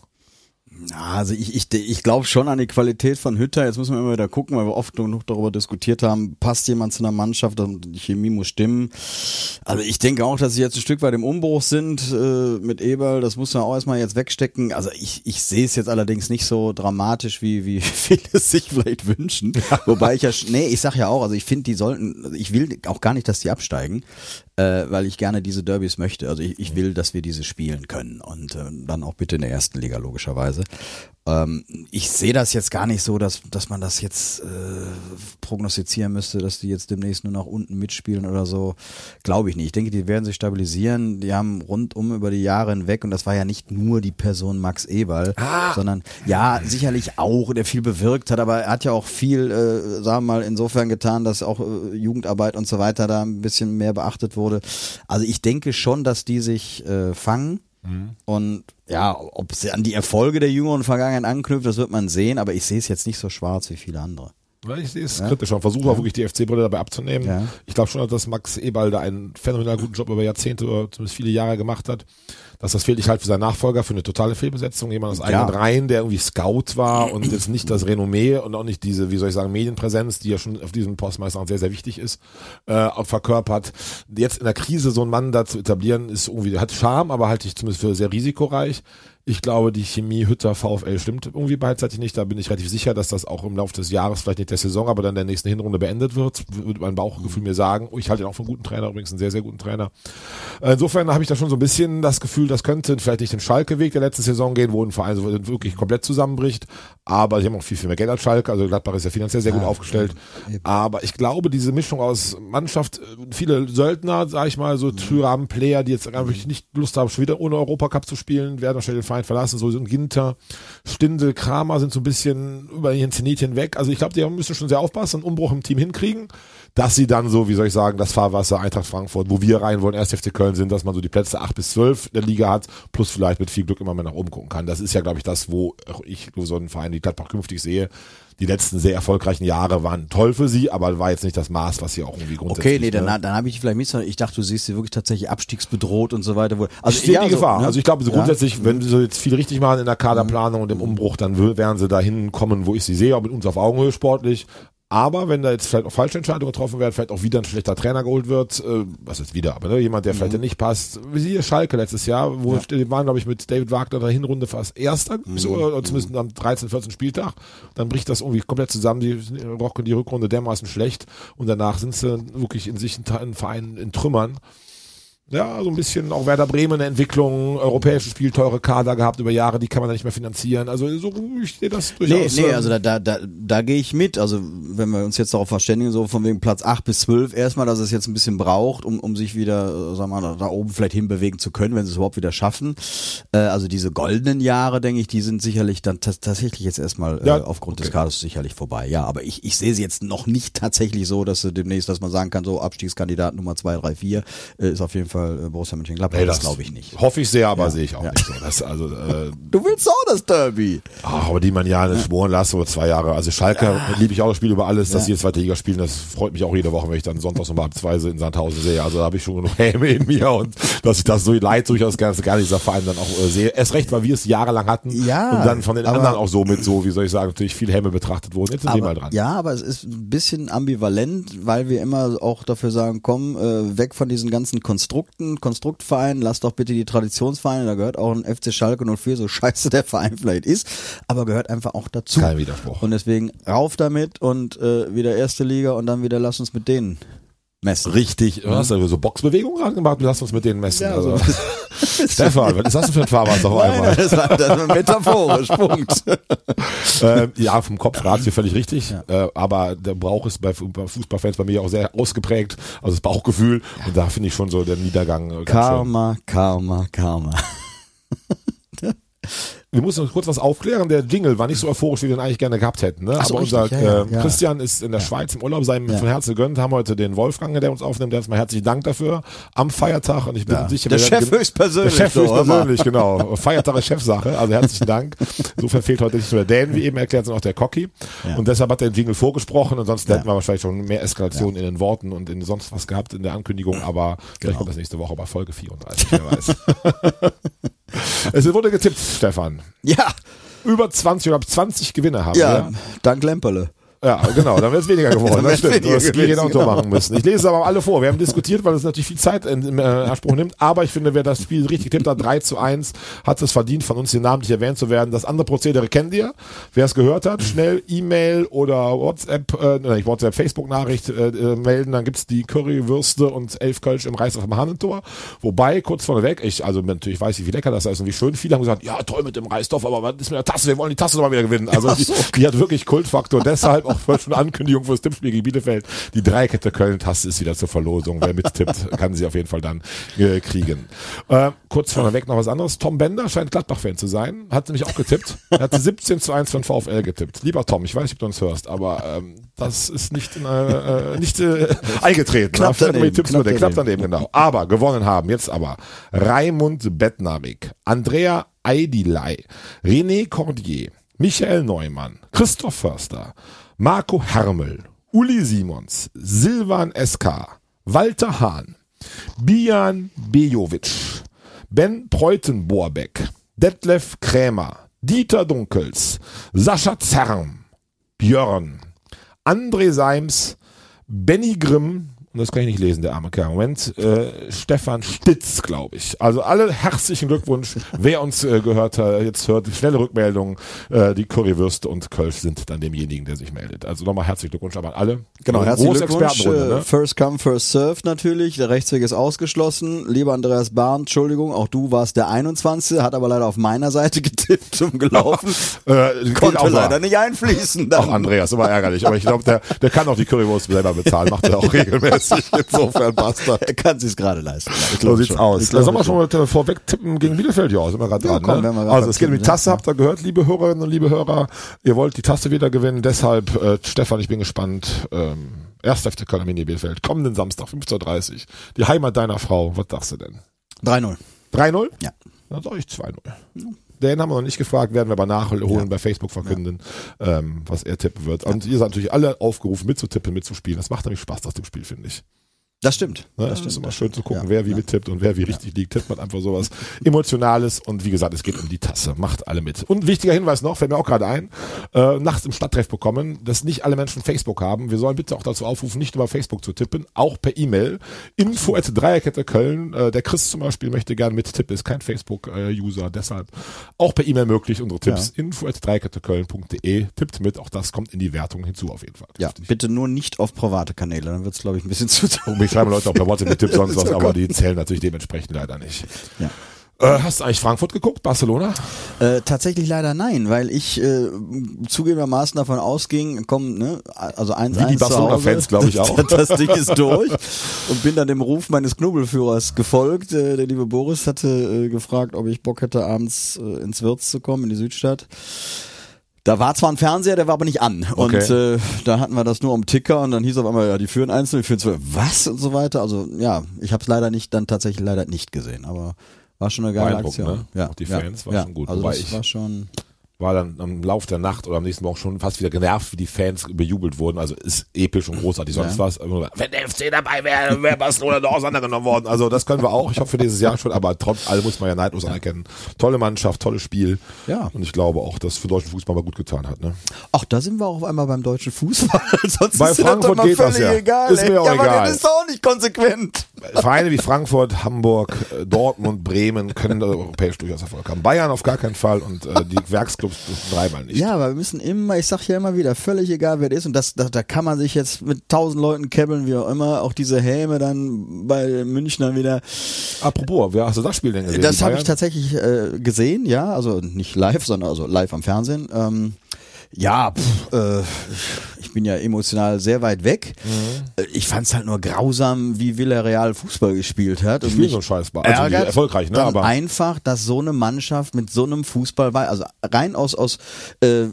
D: Also ich, ich, ich glaube schon an die Qualität von Hütter. Jetzt müssen wir immer wieder gucken, weil wir oft genug darüber diskutiert haben, passt jemand zu einer Mannschaft, die Chemie muss stimmen. Also ich denke auch, dass sie jetzt ein Stück weit im Umbruch sind äh, mit Eberl. Das muss man auch erstmal jetzt wegstecken. Also ich, ich sehe es jetzt allerdings nicht so dramatisch, wie, wie viele es sich vielleicht wünschen. Ja. Wobei ich ja, nee, ich sag ja auch, also ich finde, die sollten, ich will auch gar nicht, dass die absteigen. Äh, weil ich gerne diese Derbys möchte. Also ich, ich will, dass wir diese spielen können und äh, dann auch bitte in der ersten Liga logischerweise. Ähm, ich sehe das jetzt gar nicht so, dass dass man das jetzt äh, prognostizieren müsste, dass die jetzt demnächst nur nach unten mitspielen oder so. Glaube ich nicht. Ich denke, die werden sich stabilisieren. Die haben rundum über die Jahre hinweg, und das war ja nicht nur die Person Max Eberl, ah. sondern ja, sicherlich auch, der viel bewirkt hat, aber er hat ja auch viel, äh, sagen wir mal, insofern getan, dass auch äh, Jugendarbeit und so weiter da ein bisschen mehr beachtet wurde. Also ich denke schon, dass die sich äh, fangen. Mhm. Und ja, ob sie an die Erfolge der jüngeren Vergangenheit anknüpft, das wird man sehen, aber ich sehe es jetzt nicht so schwarz wie viele andere.
C: Ich sehe es ja. kritisch und versuche ja. auch wirklich die F C-Brille dabei abzunehmen. Ja. Ich glaube schon, dass Max Eberl da einen phänomenal guten Job über Jahrzehnte oder zumindest viele Jahre gemacht hat. Dass das fehlt ich halt für seinen Nachfolger, für eine totale Fehlbesetzung. Jemand aus eigenen ja. Reihen, der irgendwie Scout war und jetzt nicht das Renommee und auch nicht diese, wie soll ich sagen, Medienpräsenz, die ja schon auf diesem Posten meistens auch sehr, sehr wichtig ist, äh, verkörpert. Jetzt in der Krise so einen Mann da zu etablieren, ist irgendwie, hat Charme, aber halte ich zumindest für sehr risikoreich. Ich glaube, die Chemie Hütter VfL stimmt irgendwie beidseitig nicht. Da bin ich relativ sicher, dass das auch im Laufe des Jahres, vielleicht nicht der Saison, aber dann der nächsten Hinrunde beendet wird. Würde mein Bauchgefühl mir sagen. Ich halte ihn auch für einen guten Trainer, übrigens einen sehr, sehr guten Trainer. Insofern habe ich da schon so ein bisschen das Gefühl, das könnte vielleicht nicht den Schalke-Weg der letzten Saison gehen, wo ein Verein so wirklich komplett zusammenbricht. Aber sie haben auch viel, viel mehr Geld als Schalke. Also Gladbach ist ja finanziell sehr gut ja, aufgestellt. Eben. Aber ich glaube, diese Mischung aus Mannschaft, viele Söldner, sag ich mal, so Türrahmen Player, die jetzt einfach nicht Lust haben, schon wieder ohne Europacup zu spielen, werden wahrscheinlich den Verein verlassen. So ein Ginter, Stindl, Kramer sind so ein bisschen über ihren Zenit hinweg. Also ich glaube, die müssen schon sehr aufpassen, einen Umbruch im Team hinkriegen, dass sie dann so, wie soll ich sagen, das Fahrwasser Eintracht Frankfurt, wo wir rein wollen, erst F C Köln sind, dass man so die Plätze acht bis zwölf der Liga hat, plus vielleicht mit viel Glück immer mehr nach oben gucken kann. Das ist ja, glaube ich, das, wo ich so einen Verein wie Gladbach künftig sehe. Die letzten sehr erfolgreichen Jahre waren toll für sie, aber war jetzt nicht das Maß, was sie auch irgendwie grundsätzlich...
D: Okay, nee, dann, ne? dann habe ich vielleicht missverstanden. Ich dachte, du siehst sie wirklich tatsächlich abstiegsbedroht und so weiter. Also
C: ich sehe
D: ja,
C: die Gefahr.
D: So, ne?
C: Also ich glaube, so
D: ja.
C: grundsätzlich, wenn sie so jetzt viel richtig machen in der Kaderplanung und im Umbruch, dann werden sie dahin kommen, wo ich sie sehe, auch mit uns auf Augenhöhe sportlich. Aber wenn da jetzt vielleicht auch falsche Entscheidungen getroffen werden, vielleicht auch wieder ein schlechter Trainer geholt wird, äh, was ist wieder, aber ne, jemand, der mhm. vielleicht nicht passt, wie sie Schalke letztes Jahr, wo ja. die waren, glaube ich, mit David Wagner in der Hinrunde fast Erster, mhm. so, oder zumindest am dreizehnten, vierzehnten Spieltag, dann bricht das irgendwie komplett zusammen, die rocken die Rückrunde dermaßen schlecht und danach sind sie wirklich in sich ein Verein in Trümmern. Ja, so ein bisschen auch Werder Bremen eine Entwicklung, europäische Spiel, teure Kader gehabt über Jahre, die kann man dann nicht mehr finanzieren. Also so ich sehe das durchaus.
D: Nee, nee, also da, da, da, da gehe ich mit. Also wenn wir uns jetzt darauf verständigen, so von wegen Platz acht bis zwölf erstmal, dass es jetzt ein bisschen braucht, um, um sich wieder, sagen wir mal, da oben vielleicht hinbewegen zu können, wenn sie es überhaupt wieder schaffen. Äh, also diese goldenen Jahre, denke ich, die sind sicherlich dann t- tatsächlich jetzt erstmal äh, ja, aufgrund okay. des Kaders sicherlich vorbei. Ja, aber ich, ich sehe sie jetzt noch nicht tatsächlich so, dass sie demnächst, dass man sagen kann, so Abstiegskandidat Nummer zwei, drei, vier äh, ist auf jeden Fall Borussia Mönchengladbach,
C: nee,
D: das, das glaube ich nicht.
C: Hoffe ich sehr, aber
D: ja,
C: sehe ich auch
D: ja.
C: nicht so. Das, also, äh,
D: du willst auch das Derby.
C: Ach, aber die man ja nicht schmoren lassen oder zwei Jahre. Also Schalke ja. liebe ich auch das Spiel über alles, dass ja. sie jetzt zweite Liga spielen. Das freut mich auch jede Woche, wenn ich dann sonntags um halb zwei in Sandhausen sehe. Also da habe ich schon genug Häme in mir und dass ich das so leid durchaus gar, gar nicht dieser Verein dann auch äh, sehe. Erst recht, weil wir es jahrelang hatten
D: ja,
C: und dann von den
D: aber,
C: anderen auch so mit so, wie soll ich sagen, natürlich viel Häme betrachtet wurden. Jetzt sind
D: aber,
C: die mal dran.
D: Ja, aber es ist ein bisschen ambivalent, weil wir immer auch dafür sagen, komm, äh, weg von diesen ganzen Konstrukten Konstrukten, Konstruktvereinen, lasst doch bitte die Traditionsvereine, da gehört auch ein F C Schalke null vier, so scheiße der Verein vielleicht ist, aber gehört einfach auch dazu.
C: Kein Widerspruch.
D: Und deswegen rauf damit und äh, wieder erste Liga und dann wieder lass uns mit denen messen.
C: Richtig, du hast ja so Boxbewegungen angemacht, lass uns mit denen messen.
D: Ja,
C: also.
D: so.
C: Stefan, was ist das denn für ein Fahrwasser auf einmal?
D: Nein, das war, das war metaphorisch, Punkt.
C: äh, ja, vom Kopf rat's hier völlig richtig,
D: Ja.
C: äh, aber der Brauch ist bei, bei Fußballfans bei mir auch sehr ausgeprägt, also das Bauchgefühl, ja. Und da finde ich schon so der Niedergang. Äh,
D: Karma, Karma, Karma.
C: Wir müssen noch kurz was aufklären. Der Jingle war nicht so euphorisch, wie wir den eigentlich gerne gehabt hätten. Ne?
D: Ach so,
C: aber unser
D: richtig, ja, ja,
C: äh,
D: ja.
C: Christian ist in der
D: Ja.
C: Schweiz im Urlaub, sei ihm
D: Ja.
C: von Herzen gegönnt. Haben heute den Wolfgang, der uns aufnimmt. Der ist mal herzlichen Dank dafür am Feiertag. Und ich bin
D: Ja.
C: sicher,
D: Der
C: wir
D: Chef
C: werden-
D: höchstpersönlich.
C: Der Chef
D: so, hör mal.
C: höchstpersönlich, genau. Feiertag ist Chefsache. Also herzlichen Dank. Insofern fehlt heute nicht nur der Dan, wie eben erklärt, sondern auch der Cocky.
D: Ja.
C: Und deshalb hat der Jingle vorgesprochen. Ansonsten
D: Ja.
C: hätten wir wahrscheinlich schon mehr Eskalation in den Worten und in sonst was gehabt in der Ankündigung. Aber vielleicht
D: Genau.
C: kommt das nächste Woche bei Folge vierunddreißig. Wer weiß. Es wurde getippt, Stefan.
D: Ja,
C: Über zwanzig oder zwanzig Gewinne haben
D: ja,
C: wir.
D: dank Lemperle.
C: Ja, genau, dann wäre es weniger geworden.
D: Dann
C: Das
D: wär's
C: stimmt.
D: weniger
C: Du hast
D: gewesen,
C: jeden Auto
D: genau.
C: machen müssen. Ich lese es aber alle vor. Wir haben diskutiert, weil es natürlich viel Zeit in, in äh, Anspruch nimmt. Aber ich finde, wer das Spiel richtig tippt hat, drei zu eins, hat es verdient, von uns hier namentlich erwähnt zu werden. Das andere Prozedere kennt ihr. Wer es gehört hat, schnell E-Mail oder WhatsApp, äh, nicht WhatsApp, Facebook-Nachricht äh, äh, melden. Dann gibt's die Currywürste und elf Kölsch im Reis auf dem Hahnentor. Wobei, kurz vorneweg, ich also natürlich weiß ich, wie lecker das ist und wie schön. Viele haben gesagt, ja, toll mit dem Reisdorf, aber was ist mit der Tasse? Wir wollen die Tasse nochmal wieder gewinnen. Also die, die hat wirklich Kultfaktor. Deshalb auch schon eine Ankündigung fürs Tippspiel gegen Bielefeld. Die Dreikette Köln-Tasse ist wieder zur Verlosung. Wer mittippt, kann sie auf jeden Fall dann äh, kriegen. Äh, kurz vorneweg noch was anderes. Tom Bender scheint Gladbach-Fan zu sein. Hat nämlich auch getippt. Er hat siebzehn zu eins für den VfL getippt. Lieber Tom, ich weiß nicht, ob du uns hörst, aber ähm, das ist nicht, äh, äh, nicht äh, eingetreten.
D: Knapp
C: Ja,
D: daneben,
C: Tipps
D: knapp
C: nur, der knapp
D: daneben.
C: daneben, genau. Aber gewonnen haben jetzt aber Raimund Bettnamik, Andrea Eidilei, René Cordier, Michael Neumann, Christoph Förster, Marco Hermel, Uli Simons, Silvan S K, Walter Hahn, Bijan Bejovic, Ben Preutenborbeck, Detlef Krämer, Dieter Dunkels, Sascha Zerm, Björn, André Seims, Benny Grimm, und das kann ich nicht lesen, der arme Kerl. Moment, äh, Stefan Stitz, glaube ich. Also alle herzlichen Glückwunsch, wer uns äh, gehört hat, jetzt hört, schnelle Rückmeldung, äh, die Currywürste und Kölsch sind dann demjenigen, der sich meldet. Also nochmal herzlichen Glückwunsch an alle.
D: Genau,
C: Eine
D: herzlichen
C: große
D: Glückwunsch.
C: Expertenrunde,
D: Äh,
C: ne?
D: First come, first served natürlich. Der Rechtsweg ist ausgeschlossen. Lieber Andreas Bahn, Entschuldigung, auch du warst der einundzwanzigste, hat aber leider auf meiner Seite getippt und gelaufen.
C: Äh, geht
D: Konnte
C: auch
D: leider
C: wahr.
D: nicht einfließen. Dann.
C: Auch Andreas, immer ärgerlich. Aber ich glaube, der, der kann auch die Currywurst selber bezahlen. Macht er auch regelmäßig. Insofern passt das.
D: Er kann sich's gerade leisten. Ja, ich
C: So
D: glaube
C: sieht's
D: schon.
C: aus.
D: Ich
C: Sollen
D: glaube
C: wir schon mal vorweg tippen gegen Bielefeld? Ja, sind wir gerade
D: Ja,
C: dran.
D: komm,
C: ne?
D: wenn wir gerade
C: Also es geht um die
D: tippen,
C: Tasse,
D: ja.
C: habt ihr gehört, liebe Hörerinnen und liebe Hörer. Ihr wollt die Tasse wieder gewinnen. Deshalb, äh, Stefan, ich bin gespannt. Ähm, erster F C Köln Mini Bielefeld. Kommenden Samstag, fünfzehn Uhr dreißig. Die Heimat deiner Frau. Was sagst du denn?
D: drei null.
C: drei null?
D: Ja.
C: Dann sag ich zwei null. Den haben wir noch nicht gefragt, werden wir aber nachholen,
D: Ja.
C: bei Facebook verkünden, ähm, was er tippen wird. Und ihr seid natürlich alle aufgerufen, mitzutippen, mitzuspielen. Das macht nämlich Spaß, das Spiel, finde ich.
D: Das stimmt.
C: Ne?
D: Das
C: Das
D: stimmt.
C: ist immer schön zu gucken,
D: Ja.
C: wer wie
D: Ja.
C: mittippt und wer wie richtig liegt. Tippt man einfach sowas Emotionales und wie gesagt, es geht um die Tasse. Macht alle mit. Und wichtiger Hinweis noch, fällt mir auch gerade ein, äh, nachts im Stadttreff bekommen, dass nicht alle Menschen Facebook haben. Wir sollen bitte auch dazu aufrufen, nicht über Facebook zu tippen, auch per E-Mail. Info at Dreierkette Köln. Äh, der Chris zum Beispiel möchte gerne mittippen, ist kein Facebook-User, deshalb auch per E-Mail möglich unsere Tipps.
D: Ja.
C: Info at dreierketteköln punkt de. Tippt mit, auch das kommt in die Wertung hinzu auf jeden Fall.
D: Ja, bitte nur nicht auf private Kanäle, dann wird's glaube ich ein bisschen zu
C: Und mich schreiben Leute auch per WhatsApp mit Tipps sonst was, aber die zählen natürlich dementsprechend leider nicht.
D: Ja.
C: Äh, hast du eigentlich Frankfurt geguckt, Barcelona?
D: Äh, tatsächlich leider nein, weil ich äh, zugegebenermaßen davon ausging, komm, ne, also eins
C: Wie die
D: eins zu Hause,
C: Barcelona-Fans, glaube ich, auch.
D: Das, das Ding ist durch und bin dann dem Ruf meines Knubbelführers gefolgt. Äh, der liebe Boris hatte äh, gefragt, ob ich Bock hätte, abends äh, ins Wirtz zu kommen, in die Südstadt. Da war zwar ein Fernseher, der war aber nicht an. Und
C: Okay.
D: äh, da hatten wir das nur am Ticker und dann hieß auf einmal, ja, die führen einzeln, die führen zwei, was und so weiter. Also ja, ich habe es leider nicht, dann tatsächlich leider nicht gesehen, aber war schon eine geile
C: Beeindruckend,
D: Aktion.
C: ne?
D: Ja,
C: Auch die
D: ja,
C: Fans, war
D: ja.
C: schon gut.
D: Also
C: Wobei
D: das
C: ich-
D: war schon...
C: War dann am Lauf der Nacht oder am nächsten Morgen schon fast wieder genervt, wie die Fans bejubelt wurden. Also ist episch und großartig. Sonst
D: Ja.
C: was. Wenn der F C dabei wäre, wäre Barcelona noch auseinandergenommen worden. Also das können wir auch. Ich hoffe für dieses Jahr schon, aber trotz allem muss man ja neidlos anerkennen. Tolle Mannschaft, tolles Spiel.
D: Ja.
C: Und ich glaube auch, dass für deutschen Fußball mal gut getan hat. Ne?
D: Ach, da sind wir auch auf einmal beim deutschen Fußball. Sonst
C: Bei
D: ist dir
C: Frankfurt
D: das doch mal
C: geht das
D: völlig
C: ja.
D: egal.
C: Ist mir
D: ey.
C: auch
D: ja, aber
C: egal.
D: das ist doch auch nicht konsequent.
C: Vereine wie Frankfurt, Hamburg, Dortmund, Bremen können da europäisch durchaus Erfolg haben. Bayern auf gar keinen Fall und äh, die Werksclubs dreimal nicht.
D: Ja, aber wir müssen immer, ich sag ja immer wieder, völlig egal wer das ist und das, da, da kann man sich jetzt mit tausend Leuten kebbeln, wie auch immer, auch diese Häme dann bei Münchnern wieder.
C: Apropos, wer hast du das Spiel denn gesehen?
D: Das habe ich tatsächlich äh, gesehen, ja, also nicht live, sondern also live am Fernsehen. Ähm, Ja, pff, äh, ich bin ja emotional sehr weit weg. Mhm. Ich fand's halt nur grausam, wie Villarreal Fußball gespielt hat.
C: Ich spiele so ein Scheißball. Also
D: ärgert,
C: erfolgreich, ne?
D: Dann
C: Aber
D: einfach, dass so eine Mannschaft mit so einem Fußball war, also rein aus aus äh,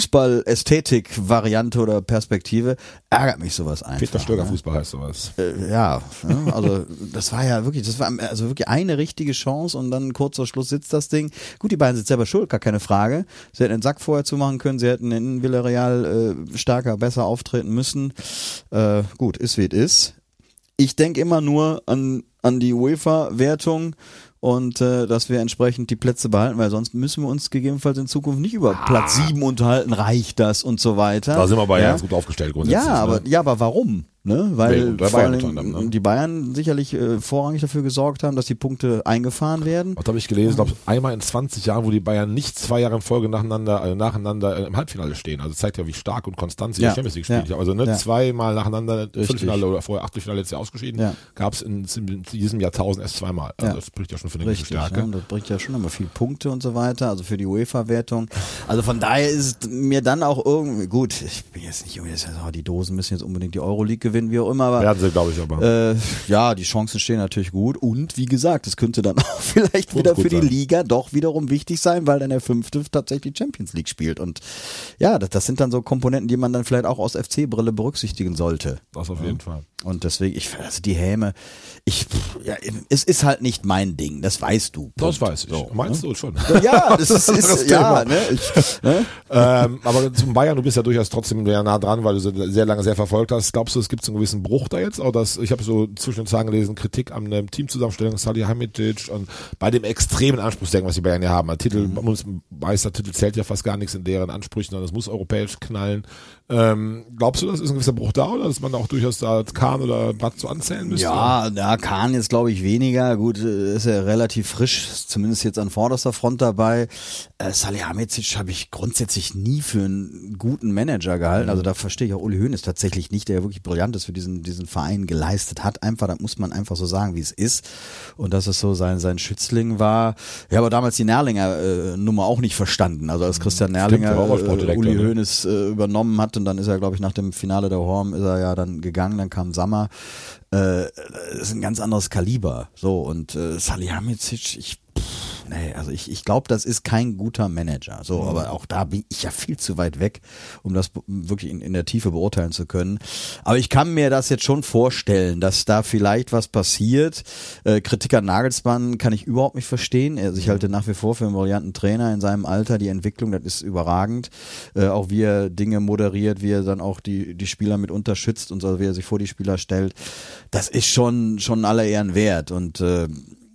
D: Fußball-Ästhetik-Variante oder Perspektive, ärgert mich sowas einfach.
C: Peter Stöger
D: ne?
C: Fußball heißt sowas.
D: Äh, ja, ne? Also das war ja wirklich, das war also wirklich eine richtige Chance und dann kurz vor Schluss sitzt das Ding. Gut, die beiden sind selber schuld, gar keine Frage. Sie hätten den Sack vorher zumachen können, sie hätten in Villarreal äh, stärker, besser auftreten müssen. Äh, gut, ist wie es ist. Ich denke immer nur an, an die UEFA-Wertung und äh, dass wir entsprechend die Plätze behalten, weil sonst müssen wir uns gegebenenfalls in Zukunft nicht über ah. Platz sieben unterhalten, reicht das und so weiter.
C: Da sind wir aber ja
D: ja
C: ganz gut aufgestellt grundsätzlich.
D: Ja, aber,
C: ne?
D: ja, aber warum? Ne? Weil
C: ja,
D: vor
C: Bayern
D: allem
C: anderem, ne?
D: die Bayern sicherlich äh, vorrangig dafür gesorgt haben, dass die Punkte eingefahren werden.
C: Was habe ich gelesen? Ich glaube, einmal in zwanzig Jahren, wo die Bayern nicht zwei Jahre in Folge nacheinander, äh, nacheinander äh, im Halbfinale stehen. Also zeigt ja, wie stark und konstant sie
D: ja.
C: die Champions League gespielt
D: ja.
C: haben. Also ne,
D: ja.
C: zweimal nacheinander
D: Richtig.
C: Viertelfinale oder vorher Achtelfinale letztes Jahr ausgeschieden.
D: Ja.
C: Gab es in, in diesem Jahrtausend erst zweimal. Also
D: Ja.
C: das spricht ja schon für eine gewisse
D: Richtig,
C: Stärke.
D: ja, das bringt ja schon immer viel Punkte und so weiter, also für die UEFA-Wertung. Also von daher ist mir dann auch irgendwie, gut, ich bin jetzt nicht irgendwie, oh, die Dosen müssen jetzt unbedingt die Euroleague gewinnen, wie auch immer, aber
C: Werden sie, glaube ich, aber.
D: Äh, ja, die Chancen stehen natürlich gut und wie gesagt, es könnte dann auch vielleicht
C: Muss
D: wieder
C: gut
D: für die
C: sein.
D: Liga doch wiederum wichtig sein, weil dann der Fünfte tatsächlich Champions League spielt und ja, das, das sind dann so Komponenten, die man dann vielleicht auch aus F C-Brille berücksichtigen sollte.
C: Das auf jeden Fall.
D: Und deswegen, ich, also die Häme, ich, ja, es ist halt nicht mein Ding, das weißt du.
C: Das
D: Punkt.
C: weiß ich.
D: So,
C: Meinst
D: ne?
C: du schon?
D: Ja, das ist, ist ja, ne? Ich, ne?
C: ähm, aber zum Bayern, du bist ja durchaus trotzdem sehr nah dran, weil du sie sehr lange sehr verfolgt hast. Glaubst du, es gibt so einen gewissen Bruch da jetzt? Oder das, ich habe so zwischen den Zahlen gelesen, Kritik an der Teamzusammenstellung, Salihamidzic und bei dem extremen Anspruchsdenken, was die Bayern ja haben. Ein Titel, mhm. Meistertitel zählt ja fast gar nichts in deren Ansprüchen, sondern es muss europäisch knallen. Ähm, glaubst du, das ist ein gewisser Bruch da oder dass man auch durchaus da Kahn oder Bad so anzählen müsste?
D: Ja, ja, Kahn jetzt glaube ich weniger. Gut, ist ja relativ frisch, zumindest jetzt an vorderster Front dabei. Äh, Salihamidzic habe ich grundsätzlich nie für einen guten Manager gehalten. Also da verstehe ich auch Uli Hoeneß tatsächlich nicht, der ja wirklich Brillantes für diesen diesen Verein geleistet hat. Einfach, da muss man einfach so sagen, wie es ist. Und dass es so sein sein Schützling war. Ja, aber damals die Nerlinger äh, Nummer auch nicht verstanden. Also als Christian Nerlinger
C: Stimmt,
D: äh, Uli
C: ne?
D: Hoeneß äh, übernommen hat und dann ist er, glaube ich, nach dem Finale der Horm ist er ja dann gegangen, dann kam Sammer. Äh, das ist ein ganz anderes Kaliber. So, und äh, Salihamidzic, ich pff, nee, also ich, ich glaube, das ist kein guter Manager. So, mhm. aber auch da bin ich ja viel zu weit weg, um das wirklich in, in der Tiefe beurteilen zu können. Aber ich kann mir das jetzt schon vorstellen, dass da vielleicht was passiert. Äh, Kritik an Nagelsmann kann ich überhaupt nicht verstehen. Also ich halte nach wie vor für einen brillanten Trainer in seinem Alter. Die Entwicklung, das ist überragend. Äh, auch wie er Dinge moderiert, wie er dann auch die, die Spieler mit unterstützt und so, wie er sich vor die Spieler stellt. Das ist schon, schon aller Ehren wert. Und äh,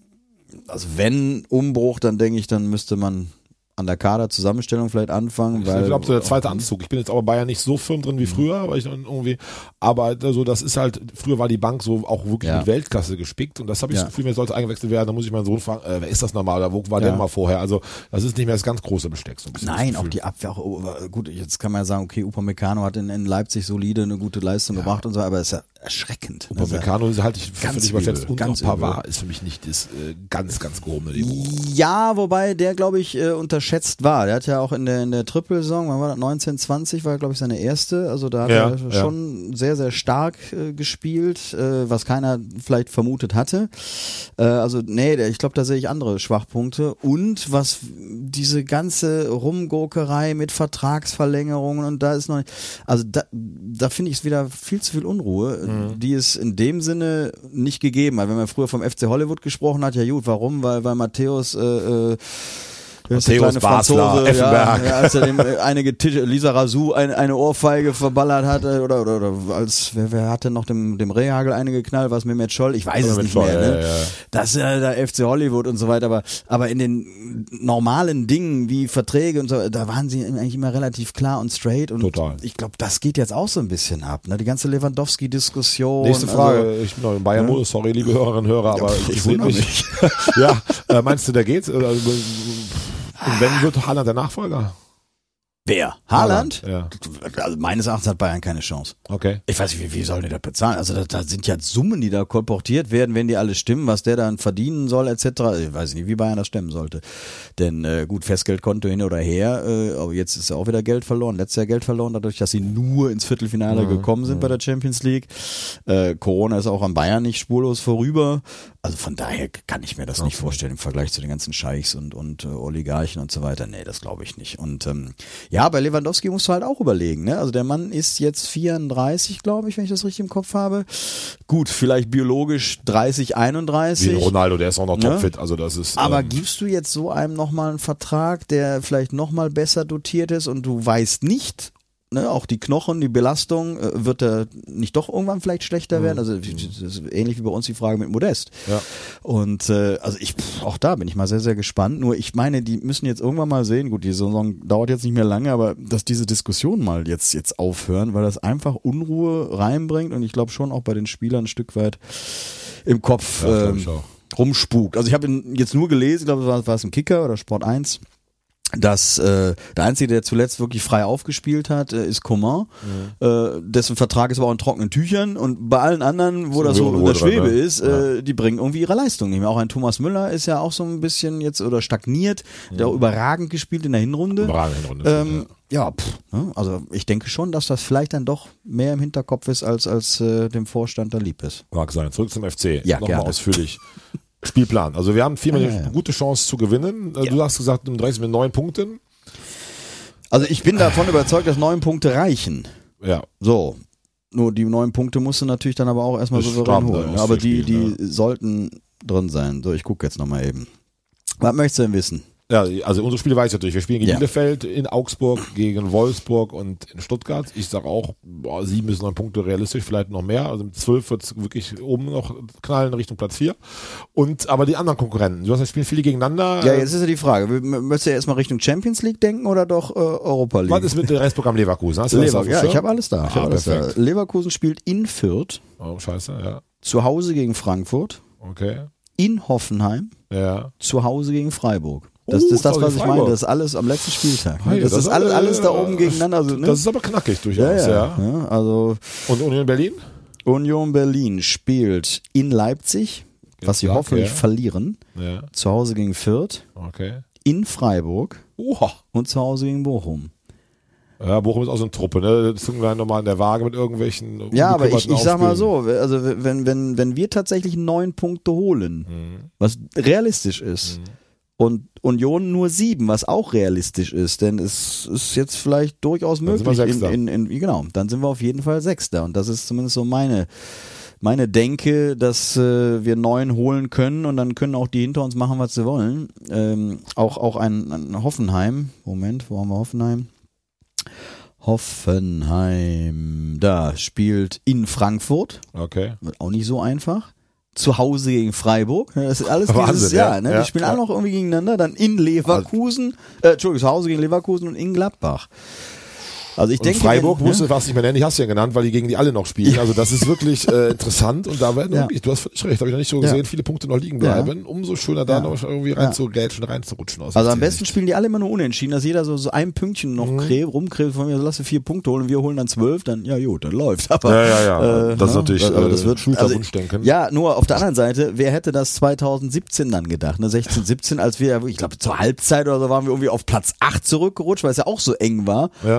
D: also wenn Umbruch, dann denke ich, dann müsste man an der Kaderzusammenstellung vielleicht anfangen.
C: Ich
D: weil
C: glaube, so der zweite Anzug. Ich bin jetzt aber Bayern nicht so firm drin wie früher, aber ich irgendwie, aber so, das ist halt, früher war die Bank so auch wirklich
D: Ja.
C: mit Weltklasse gespickt und das habe ich
D: Ja.
C: das Gefühl, mir sollte eingewechselt werden, da muss ich meinen Sohn fragen, äh, wer ist das nochmal oder wo war
D: Ja.
C: der mal vorher? Also das ist nicht mehr das ganz große Besteck. So ein bisschen
D: Nein,
C: das
D: auch
C: Gefühl.
D: die Abwehr, auch, oh, gut, jetzt kann man ja sagen, okay, Upamecano hat in, in Leipzig solide eine gute Leistung
C: Ja.
D: gebracht und so, aber es ist ja erschreckend.
C: Upamecano ist halt ich
D: Ganz
C: völlig überschätzt
D: übel,
C: und
D: ganz
C: auch Pavard ist für mich nicht das äh, ganz, ganz gehobene Niveau.
D: Ja, wobei der, glaube ich, äh, unterschätzt war. Der hat ja auch in der, in der Triple-Saison, wann war das, neunzehn zwanzig war, glaube ich, seine erste. Also da hat
C: Ja,
D: er schon sehr, sehr stark äh, gespielt, äh, was keiner vielleicht vermutet hatte. Äh, also nee, der, ich glaube, da sehe ich andere Schwachpunkte. Und was diese ganze Rumgurkerei mit Vertragsverlängerungen und da ist noch nicht, also da, da finde ich es wieder viel zu viel Unruhe, mhm. die es in dem Sinne nicht gegeben hat. Wenn man früher vom F C Hollywood gesprochen hat, ja gut, warum? Weil, weil Matthäus äh, äh, Das ist der kleine
C: Basler,
D: Franzose,
C: Effenberg.
D: ja, ja, als er dem äh, einige Tische, Lisa Razou ein, eine Ohrfeige verballert hatte oder oder, oder als wer, wer hatte noch dem dem Rehagel eine geknallt, was Mehmet Scholl, ich weiß es nicht
C: Scholl,
D: mehr, ne?
C: ja, ja.
D: Das ist ja der F C Hollywood und so weiter, aber aber in den normalen Dingen wie Verträge und so, da waren sie eigentlich immer relativ klar und straight und
C: Total.
D: ich glaube, das geht jetzt auch so ein bisschen ab, ne? Die ganze Lewandowski-Diskussion.
C: Nächste Frage,
D: also,
C: ich bin noch im Bayern-Modus, sorry, liebe Hörerinnen und Hörer, aber
D: ich
C: ich
D: wundere
C: mich. Ja, äh, meinst du, der geht? Oder, und wenn wird Haaland der Nachfolger?
D: wer? Haaland?
C: Ja.
D: Also meines Erachtens hat Bayern keine Chance.
C: Okay.
D: Ich weiß nicht, wie, wie sollen die das bezahlen? Also da, da sind ja Summen, die da kolportiert werden, wenn die alle stimmen, was der dann verdienen soll, et cetera. Ich weiß nicht, wie Bayern das stemmen sollte. Denn äh, gut, Festgeldkonto hin oder her, äh, aber jetzt ist auch wieder Geld verloren. Letztes Jahr Geld verloren, dadurch, dass sie nur ins Viertelfinale mhm. gekommen sind mhm. bei der Champions League. Äh, Corona ist auch an Bayern nicht spurlos vorüber. Also von daher kann ich mir das okay. nicht vorstellen im Vergleich zu den ganzen Scheichs und, und äh, Oligarchen und so weiter. Nee, das glaube ich nicht. Und ähm, ja, bei Lewandowski musst du halt auch überlegen. Ne? Also der Mann ist jetzt vierunddreißig, glaube ich, wenn ich das richtig im Kopf habe. Gut, vielleicht biologisch dreißig, einunddreißig.
C: Wie Ronaldo, der ist auch noch topfit. Ja? Also das ist.
D: Aber
C: ähm,
D: gibst du jetzt so einem nochmal einen Vertrag, der vielleicht nochmal besser dotiert ist und du weißt nicht, ne, auch die Knochen, die Belastung, äh, wird er nicht doch irgendwann vielleicht schlechter mhm. werden? Also das ist ähnlich wie bei uns die Frage mit Modest.
C: Ja.
D: Und äh, also ich, pff, auch da bin ich mal sehr, sehr gespannt. Nur ich meine, die müssen jetzt irgendwann mal sehen, gut, die Saison dauert jetzt nicht mehr lange, aber dass diese Diskussion mal jetzt, jetzt aufhören, weil das einfach Unruhe reinbringt und ich glaube schon auch bei den Spielern ein Stück weit im Kopf
C: ja,
D: ähm, rumspukt. Also ich habe jetzt nur gelesen, ich glaube, es war, war es im Kicker oder Sport eins, dass äh, der Einzige, der zuletzt wirklich frei aufgespielt hat, äh, ist Coman. Mhm. Äh, dessen Vertrag ist aber auch in trockenen Tüchern und bei allen anderen, wo das so in der Schwebe ne? ist, äh, ja. die bringen irgendwie ihre Leistung nicht mehr. Auch ein Thomas Müller ist ja auch so ein bisschen jetzt oder stagniert, mhm. der auch überragend gespielt in der Hinrunde.
C: Überragend Hinrunde.
D: Ähm, ja, ja pff, ne? Also ich denke schon, dass das vielleicht dann doch mehr im Hinterkopf ist, als als äh, dem Vorstand da lieb ist.
C: Mag sein. Zurück zum F C.
D: Ja,
C: nochmal ausführlich. Spielplan. Also wir haben viermal eine ja. gute Chance zu gewinnen. Ja. Du hast gesagt, du reichst mit neun Punkten.
D: Also ich bin davon überzeugt, dass neun Punkte reichen.
C: Ja.
D: So. Nur die neun Punkte musst du natürlich dann aber auch erstmal souverän holen. Aber die, die ja. sollten drin sein. So, ich gucke jetzt nochmal eben. Was möchtest du denn wissen?
C: Ja, also unsere Spiele weiß ich natürlich. Wir spielen gegen
D: ja.
C: Bielefeld, in Augsburg, gegen Wolfsburg und in Stuttgart. Ich sage auch, boah, sieben bis neun Punkte realistisch, vielleicht noch mehr. Also mit zwölf wird es wirklich oben noch knallen Richtung Platz vier. Und aber die anderen Konkurrenten, du hast das Spiel viele gegeneinander.
D: Ja, jetzt ist ja die Frage, möchtest du ja erstmal Richtung Champions League denken oder doch äh, Europa League?
C: Was ist mit dem Restprogramm Leverkusen? Hast du
D: Lever-
C: das
D: ja, ich habe alles da. Ich
C: ah,
D: hab alles da. Leverkusen spielt in Fürth.
C: Oh, scheiße, ja.
D: Zu Hause gegen Frankfurt.
C: Okay.
D: In Hoffenheim.
C: Ja.
D: Zu Hause gegen Freiburg. Das, das ist das, was ich meine. Das ist alles am letzten Spieltag.
C: Hey,
D: das, das ist alles, alles da oben gegeneinander. Also, ne?
C: Das ist aber knackig durchaus.
D: Ja, ja.
C: ja.
D: ja also
C: und Union Berlin?
D: Union Berlin spielt in Leipzig, ja, was sie klar, hoffentlich ja. verlieren.
C: Ja.
D: Zu Hause gegen Fürth.
C: Okay.
D: In Freiburg.
C: Oha.
D: Und zu Hause gegen Bochum.
C: Ja, Bochum ist auch so eine Truppe, ne? Das tun wir nochmal in der Waage mit irgendwelchen.
D: Ja, aber ich, ich sag mal so, also wenn, wenn, wenn wir tatsächlich neun Punkte holen, mhm. was realistisch ist, mhm. und Union nur sieben, was auch realistisch ist, denn es ist jetzt vielleicht durchaus möglich. In, in, in, genau, dann sind wir auf jeden Fall Sechster und das ist zumindest so meine, meine Denke, dass äh, wir neun holen können und dann können auch die hinter uns machen, was sie wollen. Ähm, auch auch ein, ein Hoffenheim, Moment, wo haben wir Hoffenheim? Hoffenheim, da spielt in Frankfurt.
C: Okay.
D: Wird auch nicht so einfach. Zu Hause gegen Freiburg. Das ist alles
C: Wahnsinn,
D: dieses Jahr.
C: ja.
D: Ne?
C: Ja,
D: Die spielen
C: ja.
D: alle noch irgendwie gegeneinander. Dann in Leverkusen, äh, Entschuldigung, zu Hause gegen Leverkusen und in Gladbach. Also ich
C: und
D: denke,
C: Freiburg
D: wenn,
C: musste
D: ne?
C: fast nicht mehr nennen, ich hast du ja genannt, weil die gegen die alle noch spielen. Also das ist wirklich äh, interessant und da werden
D: ja.
C: wirklich, du hast völlig recht, habe ich noch nicht so gesehen,
D: ja.
C: viele Punkte noch liegen bleiben. Ja. Umso schöner da
D: ja.
C: noch irgendwie rein ja. zu grätschen, reinzurutschen. Aus
D: also am besten spielen die alle immer nur unentschieden, dass jeder so, so ein Pünktchen noch
C: mhm.
D: kräb, rumkräbt, von mir, so lass du vier Punkte holen und wir holen dann zwölf, dann ja gut, dann läuft. Aber,
C: ja, ja, ja.
D: Äh,
C: das ist
D: ne?
C: natürlich
D: also, das wird
C: Schulter
D: also,
C: Wunschdenken.
D: Ja, nur auf der anderen Seite, wer hätte das zwanzig siebzehn dann gedacht, ne? sechzehn, siebzehn, als wir, ich glaube zur Halbzeit oder so waren wir irgendwie auf Platz acht zurückgerutscht, weil es ja auch so eng war
C: ja.
D: und auf einmal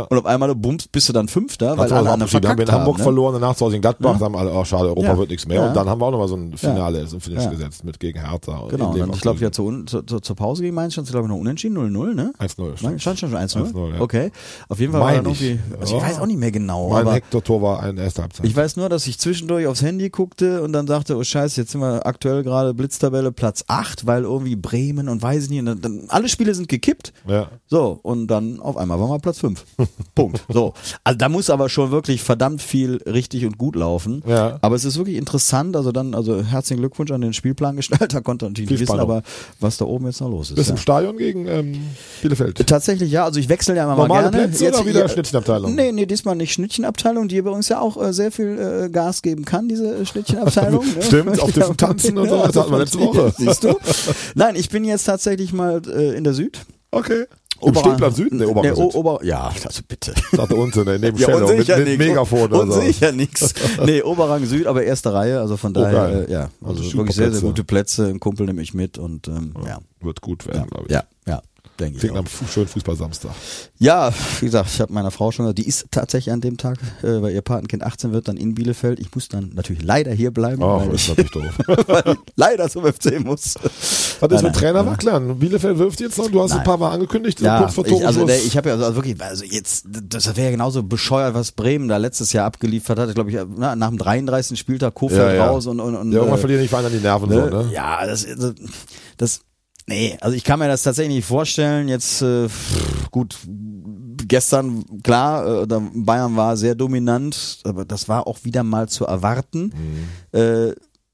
D: Knolle, bums, bist du dann Fünfter, weil
C: alle
D: alle anderen
C: verkackt haben. Wir in Hamburg
D: ne?
C: verloren, danach zu Hause in Gladbach, ja. Dann haben alle, oh schade, Europa
D: ja.
C: wird nichts mehr.
D: Ja.
C: Und dann haben wir auch nochmal so ein Finale,
D: ja.
C: so ein Finish ja. gesetzt mit gegen Hertha.
D: Genau, und dann, ich glaube, ja, zur, zur, zur Pause gegen Mainz stand es, glaube ich, noch unentschieden, null null, ne?
C: eins null.
D: Nein, stand schon eins null?
C: eins null, ja.
D: Okay. Auf jeden Fall
C: mein
D: war dann irgendwie, also ich weiß auch nicht mehr genau.
C: Mein
D: aber
C: Hector-Tor war eine erste Halbzeit.
D: Ich weiß nur, dass ich zwischendurch aufs Handy guckte und dann dachte, oh scheiße, jetzt sind wir aktuell gerade Blitztabelle Platz acht, weil irgendwie Bremen und weiß ich nicht, und dann, dann alle Spiele sind gekippt.
C: Ja.
D: So, und dann auf einmal waren wir Platz fünf. Punkt. So. Also da muss aber schon wirklich verdammt viel richtig und gut laufen.
C: Ja.
D: Aber es ist wirklich interessant, also dann, also herzlichen Glückwunsch an den Spielplangestalter, konnte natürlich nicht wissen, aber was da oben jetzt noch los ist.
C: Bist du
D: ja.
C: im Stadion gegen ähm, Bielefeld?
D: Tatsächlich ja, also ich wechsle ja immer
C: Normale
D: mal gerne.
C: Plätze
D: Jetzt,
C: oder wieder
D: ja,
C: Schnittchenabteilung?
D: Nee, nee, diesmal nicht Schnittchenabteilung, die bei uns ja auch äh, sehr viel äh, Gas geben kann, diese äh, Schnittchenabteilung. Ne?
C: Stimmt, auf dem Tanzen und so, das hatten wir letzte Woche.
D: Siehst du? Nein, ich bin jetzt tatsächlich mal äh, in der Süd.
C: Okay. Im Stehplatz Süden? Nee, Oberrang
D: nee,
C: Süd.
D: Ober, ja, also bitte.
C: Dachte unten, ne, neben
D: ja,
C: Cello, mit,
D: mit,
C: mit Megafon oder
D: und
C: so.
D: sicher nix. Nee, Oberrang Süd, aber erste Reihe, also von daher,
C: geil.
D: äh, ja, also,
C: Also
D: wirklich sehr, sehr
C: Plätze.
D: gute Plätze. Ein Kumpel nehme ich mit und ähm, ja. ja.
C: Wird gut werden, glaube ich.
D: Ja, ja. Denke ich
C: Klingt
D: auch.
C: nach einem schönen Fußball-Samstag.
D: Ja, wie gesagt, ich habe meiner Frau schon gesagt, die ist tatsächlich an dem Tag, äh, weil ihr Patenkind achtzehn wird, dann in Bielefeld. Ich muss dann natürlich leider hier bleiben,
C: Oh,
D: weil,
C: das ist
D: ich,
C: natürlich doof.
D: weil ich leider zum F C muss.
C: Was ist mit Trainer Wacklern? Bielefeld wirft jetzt noch, du hast
D: Nein.
C: ein paar Mal angekündigt,
D: Ja,
C: kurz vor
D: ich, also,
C: Torenschluss.
D: der, ich habe ja also wirklich, also jetzt, das wäre ja genauso bescheuert, was Bremen da letztes Jahr abgeliefert hat, glaube ich, na, nach dem dreiunddreißigsten Spieltag Kofeld
C: Ja, ja.
D: raus und, und, und
C: ja, irgendwann
D: äh,
C: verlieren die Vereine die Nerven so, ne?
D: Ja, das, das, das, nee, also ich kann mir das tatsächlich nicht vorstellen. Jetzt, äh, gut, gestern, klar, äh, da- Bayern war sehr dominant, aber das war auch wieder mal zu erwarten.
C: Mhm.
D: Äh,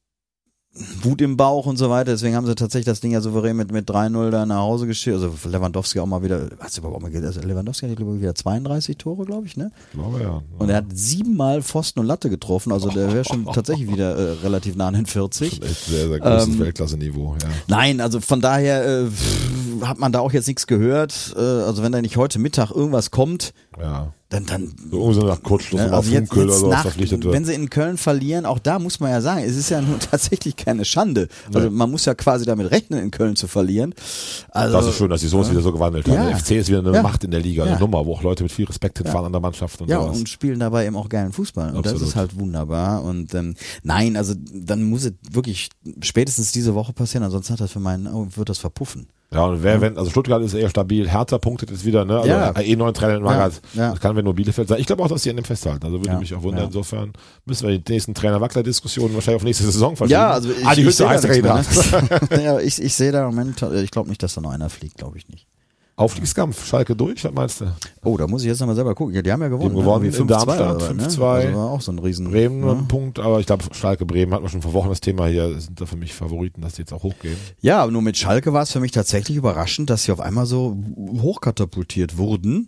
D: Wut im Bauch und so weiter, deswegen haben sie tatsächlich das Ding ja souverän mit, mit drei null da nach Hause geschickt. Also Lewandowski auch mal wieder, hast du überhaupt auch mal gesehen? Also Lewandowski hat, glaube ich, wieder zweiunddreißig Tore, glaube ich, ne?
C: Ich glaube, ja.
D: Und er hat siebenmal Pfosten und Latte getroffen, also der wäre schon tatsächlich wieder äh, relativ nah an den vierzig.
C: Schon echt sehr, sehr großes
D: Ähm,
C: Weltklasse-Niveau, ja.
D: Nein, also von daher äh, pff, hat man da auch jetzt nichts gehört. Äh, also wenn da nicht heute Mittag irgendwas kommt,
C: Ja.
D: dann dann
C: So irgendwie so nach Kurzschluss
D: ne,
C: oder
D: also jetzt,
C: Funkel oder
D: jetzt
C: so, was
D: nach,
C: verpflichtet wird.
D: wenn sie in Köln verlieren, auch da muss man ja sagen, es ist ja nun tatsächlich keine Schande. Also
C: Nee.
D: man muss ja quasi damit rechnen, in Köln zu verlieren. Also,
C: Das ist schön, dass die sowas wieder so gewandelt haben.
D: Ja.
C: Der F C ist wieder eine
D: Ja.
C: Macht in der Liga, eine
D: Ja.
C: Nummer, wo auch Leute mit viel Respekt hinfahren an der Mannschaft und
D: Ja,
C: sowas.
D: und spielen dabei eben auch geilen Fußball. Und das
C: Absolut.
D: ist halt wunderbar. Und ähm, nein, also dann muss es wirklich spätestens diese Woche passieren, ansonsten hat das für meinen Augen, wird das verpuffen.
C: Ja, und wer, wenn, also Stuttgart ist eher stabil, Hertha punktet jetzt wieder, ne? Also
D: Ja.
C: eh neun Trainer in Magath.
D: Ja, ja.
C: Das kann wenn nur Bielefeld sein. Ich glaube auch, dass die an dem festhalten. Also würde
D: Ja,
C: mich auch wundern.
D: ja.
C: Insofern müssen wir die nächsten Trainer-Wackler-Diskussionen wahrscheinlich auf nächste Saison verschieben.
D: Ja, also ich,
C: ah, die
D: ich
C: höchste
D: sehe da
C: heiße
D: nichts
C: Rede.
D: mehr, ne? ja, ich, ich sehe da im Moment, ich glaube nicht, dass da noch einer fliegt, glaube ich nicht.
C: Aufstiegskampf, Schalke durch, was meinst du?
D: Oh, da muss ich jetzt nochmal selber gucken. Ja, die haben ja gewonnen.
C: Die haben gewonnen
D: ne?
C: in
D: Irgendwie fünf zwei
C: Darmstadt,
D: oder was,
C: fünf zwei.
D: Ne? Also war auch so ein Riesen.
C: Bremen nur
D: ne?
C: ein Punkt, aber ich glaube, Schalke Bremen hat man schon vor Wochen das Thema hier, sind da für mich Favoriten, dass die jetzt auch hochgehen.
D: Ja, aber nur mit Schalke war es für mich tatsächlich überraschend, dass sie auf einmal so hochkatapultiert wurden.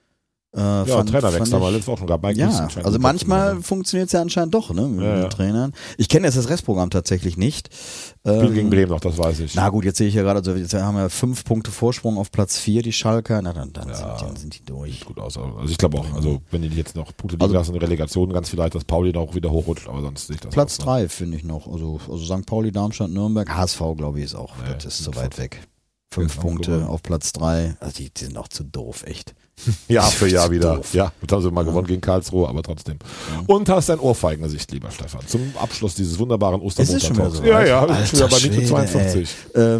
D: Äh,
C: Ja,
D: fand-
C: Trainerwechsel
D: fand
C: haben wir
D: ich-
C: letztes Woche schon gehabt. Mike
D: Ja,
C: Gießen scheint
D: also
C: gut
D: manchmal
C: zu
D: funktioniert es ja anscheinend doch, ne, mit
C: Ja,
D: den
C: ja.
D: Trainern. Ich kenne jetzt das Restprogramm tatsächlich nicht.
C: machen. Spiel
D: Ähm,
C: gegen Bremen noch, das weiß ich.
D: Na gut, jetzt sehe ich ja gerade, also jetzt haben wir fünf Punkte Vorsprung auf Platz vier, die Schalker. Na dann, dann,
C: Ja.
D: sind, dann sind die durch.
C: Sieht gut aus. Also ich glaube auch, also wenn die jetzt noch Punkte liegen
D: Also-
C: lassen in Relegation, ganz vielleicht, dass Pauli da auch wieder hochrutscht, aber sonst sehe ich das
D: Platz
C: auch, ne?
D: drei finde ich noch. Also, also Sankt Pauli, Darmstadt, Nürnberg, H S V glaube ich ist auch.
C: Nee,
D: das ist
C: sind
D: zu weit
C: fast-
D: weg. Fünf
C: Jetzt
D: Punkte
C: gewonnen.
D: auf Platz drei. Also die, die sind auch zu doof, echt.
C: Jahr für Jahr wieder.
D: Doof.
C: Ja, jetzt haben sie mal gewonnen gegen Karlsruhe, aber trotzdem. Und hast dein Ohrfeigengesicht, lieber Stefan, zum Abschluss dieses wunderbaren
D: Es ist schon wieder
C: Ostermontags.
D: so
C: Ja,
D: weit.
C: ja, wir sind
D: Alter
C: schon wieder bei Minute
D: Schwede,
C: zweiundvierzig.
D: Ähm,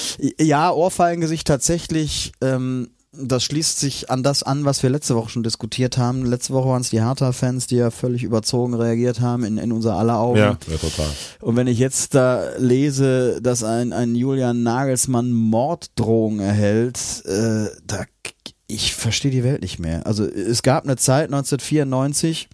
D: ja, Ohrfeigengesicht tatsächlich, ähm, das schließt sich an das an, was wir letzte Woche schon diskutiert haben. Letzte Woche waren es die Hertha-Fans, die ja völlig überzogen reagiert haben in, in unser aller Augen.
C: Ja, ja, total.
D: Und wenn ich jetzt da lese, dass ein, ein Julian Nagelsmann Morddrohungen erhält, äh, da ich verstehe die Welt nicht mehr. Also es gab eine Zeit neunzehnhundertvierundneunzig,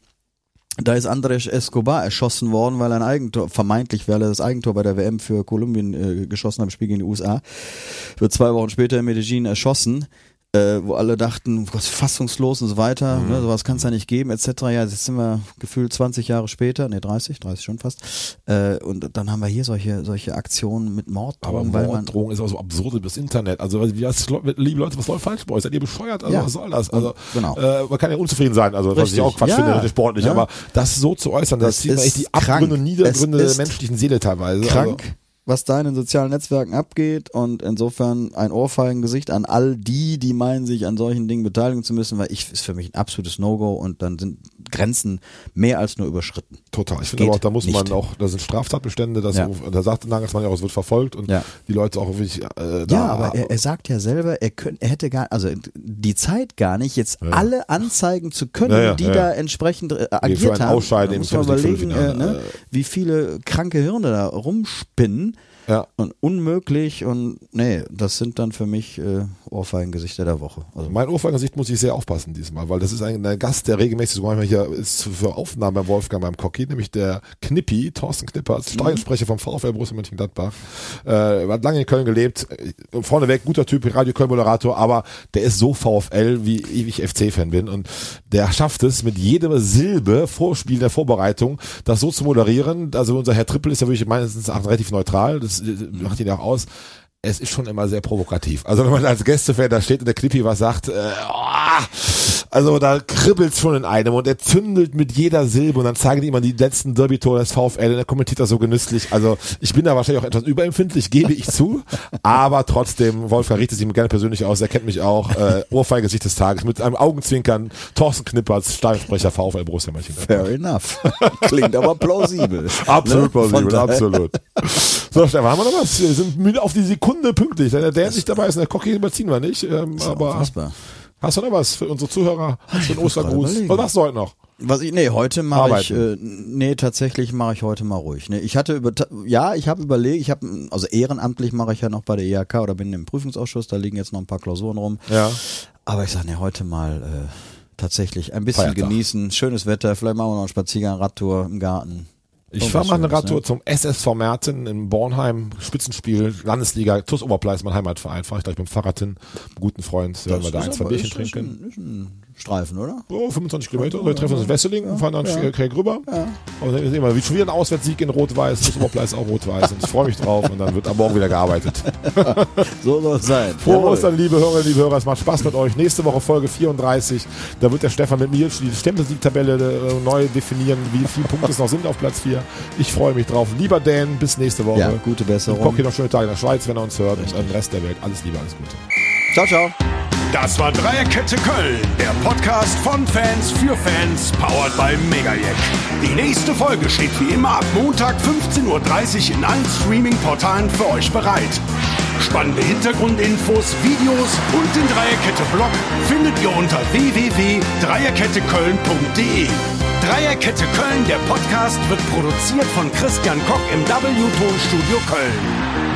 D: da ist Andres Escobar erschossen worden, weil er ein Eigentor, vermeintlich, weil er das Eigentor bei der W M für Kolumbien äh, geschossen hat im Spiel gegen die U S A. Wird zwei Wochen später in Medellin erschossen. Äh, wo alle dachten, Gott, fassungslos und so weiter,
C: Mhm.
D: ne, sowas kann es ja nicht geben, et cetera. Ja, jetzt sind wir gefühlt zwanzig Jahre später, nee, dreißig, dreißig schon fast. Äh, und dann haben wir hier solche solche Aktionen mit
C: Aber
D: Morddrohungen, weil man
C: Morddrohung ist auch so absurd über das Internet. Also, wie was, liebe Leute, was läuft falsch bei euch? Seid ihr bescheuert? Also,
D: Ja.
C: was soll das? Also,
D: Genau.
C: äh, man kann ja unzufrieden sein, also, was ich
D: Richtig.
C: auch Quatsch
D: Ja.
C: finde, sportlich,
D: Ja.
C: aber das so zu äußern, das
D: Es
C: sieht man echt
D: ist
C: die Abgründe
D: krank.
C: und Niedergründe
D: Es
C: der
D: ist
C: menschlichen Seele teilweise.
D: krank, was da in den sozialen Netzwerken abgeht und insofern ein Ohrfeigengesicht an all die, die meinen, sich an solchen Dingen beteiligen zu müssen, weil ich ist für mich ein absolutes No-Go und dann sind Grenzen mehr als nur überschritten.
C: Total. Ich finde aber auch, da muss
D: nicht.
C: man auch, da sind Straftatbestände, das,
D: Ja.
C: da sagte Nagelsmann ja auch, es wird verfolgt und
D: Ja.
C: die Leute auch wirklich äh, da.
D: Ja, aber er, er sagt ja selber, er, könnt, er hätte gar, also die Zeit gar nicht, jetzt
C: Ja.
D: alle anzeigen zu können,
C: Ja, ja,
D: die
C: ja.
D: da entsprechend äh,
C: für
D: agiert
C: ein
D: haben.
C: Ausscheiden
D: Da
C: im
D: muss man
C: Champions League
D: überlegen, äh,
C: Viertelfinale,
D: ne, wie viele kranke Hirne da rumspinnen.
C: Ja.
D: Und unmöglich und nee, das sind dann für mich äh, Ohrfeigengesichter der Woche. Also
C: Mein Ohrfeigengesicht muss ich sehr aufpassen diesmal, weil das ist ein, ein Gast, der regelmäßig so manchmal hier ist für Aufnahmen beim Wolfgang beim Cocky, nämlich der Knippi, Thorsten Knipper, Stadionsprecher vom VfL Borussia Mönchengladbach. Äh, hat lange in Köln gelebt, vorneweg guter Typ, Radio Köln Moderator, aber der ist so VfL, wie ich F C-Fan bin und der schafft es mit jeder Silbe Vorspiel der Vorbereitung, das so zu moderieren. Also unser Herr Trippel ist ja wirklich meistens relativ neutral, das macht ihn auch aus. Es ist schon immer sehr provokativ. Also wenn man als Gästefan da steht und der Knippi was sagt, äh, oh, also da kribbelt's schon in einem und er zündelt mit jeder Silbe und dann zeigen die immer die letzten Derby-Tore des VfL und er kommentiert das so genüsslich. Also ich bin da wahrscheinlich auch etwas überempfindlich, gebe ich zu, aber trotzdem, Wolfgang richtet sich mir gerne persönlich aus, er kennt mich auch, äh, Ohrfeigengesicht des Tages mit einem Augenzwinkern, Thorsten Knippers, Stadionsprecher VfL Borussia Mönchengladbach.
D: fair enough. Klingt aber plausibel.
C: Absolut
D: Ne?
C: plausibel,
D: Von daher-
C: absolut. So, Stefan, haben wir noch was? Wir sind müde auf die Sekunde pünktlich. Der, der nicht dabei ist, der Cocky überziehen wir nicht. Ähm, aber
D: Unfassbar.
C: hast du noch was für unsere Zuhörer? Hast du einen
D: muss gerade
C: Ostergruß?
D: überlegen.
C: Was machst du heute noch?
D: Was ich, nee, heute mache ich,
C: Arbeiten.
D: äh, nee, tatsächlich mache ich heute mal ruhig. Nee, ich hatte über, ja, ich habe überlegt, ich habe, also ehrenamtlich mache ich ja noch bei der I H K oder bin im Prüfungsausschuss, da liegen jetzt noch ein paar Klausuren rum.
C: Ja.
D: Aber ich sage, nee, heute mal äh, tatsächlich ein bisschen
C: Feiertag.
D: genießen, schönes Wetter, vielleicht machen wir noch einen Spaziergang, Radtour im Garten.
C: Ich
D: Irgendwas
C: fahre mal eine
D: Schönes,
C: Radtour
D: ne?
C: zum S S V Merten in Bornheim, Spitzenspiel, Landesliga, TuS Oberpleis, mein Heimatverein. Fahre ich gleich mit dem Fahrrad hin, einem guten Freund, werden wir da ein, zwei
D: aber-
C: Bierchen
D: ist,
C: trinken.
D: Ist ein, ist ein Streifen, oder?
C: Oh, fünfundzwanzig Kilometer. Wir treffen uns in Wesseling, fahren dann ja. Krieg rüber. Ja. Und dann sehen wir, wie schon wieder ein Auswärtssieg in Rot-Weiß. Das Oberpleis auch Rot-Weiß. Und ich freue mich drauf. Und dann wird am Morgen wieder gearbeitet.
D: So soll es sein.
C: Frohe
D: Jawohl.
C: Ostern, liebe Hörerinnen, liebe Hörer. Es macht Spaß mit euch. Nächste Woche Folge vierunddreißig. Da wird der Stefan mit mir die Champions League-Tabelle äh, neu definieren, wie viele Punkte es noch sind auf Platz vier. Ich freue mich drauf. Lieber Dan, bis nächste Woche.
D: Ja, gute Besserung.
C: Cocky noch schöne Tage in der Schweiz, wenn er uns hört. Und im Rest der Welt. Alles Liebe, alles Gute.
D: Ciao, ciao.
A: Das war Dreierkette Köln, der Podcast von Fans für Fans, powered by Megajack. Die nächste Folge steht wie immer ab Montag fünfzehn Uhr dreißig in allen Streaming-Portalen für euch bereit. Spannende Hintergrundinfos, Videos und den Dreierkette-Blog findet ihr unter w w w punkt dreierkette köln punkt de. Dreierkette Köln, der Podcast, wird produziert von Christian Koch im W-Tonstudio Köln.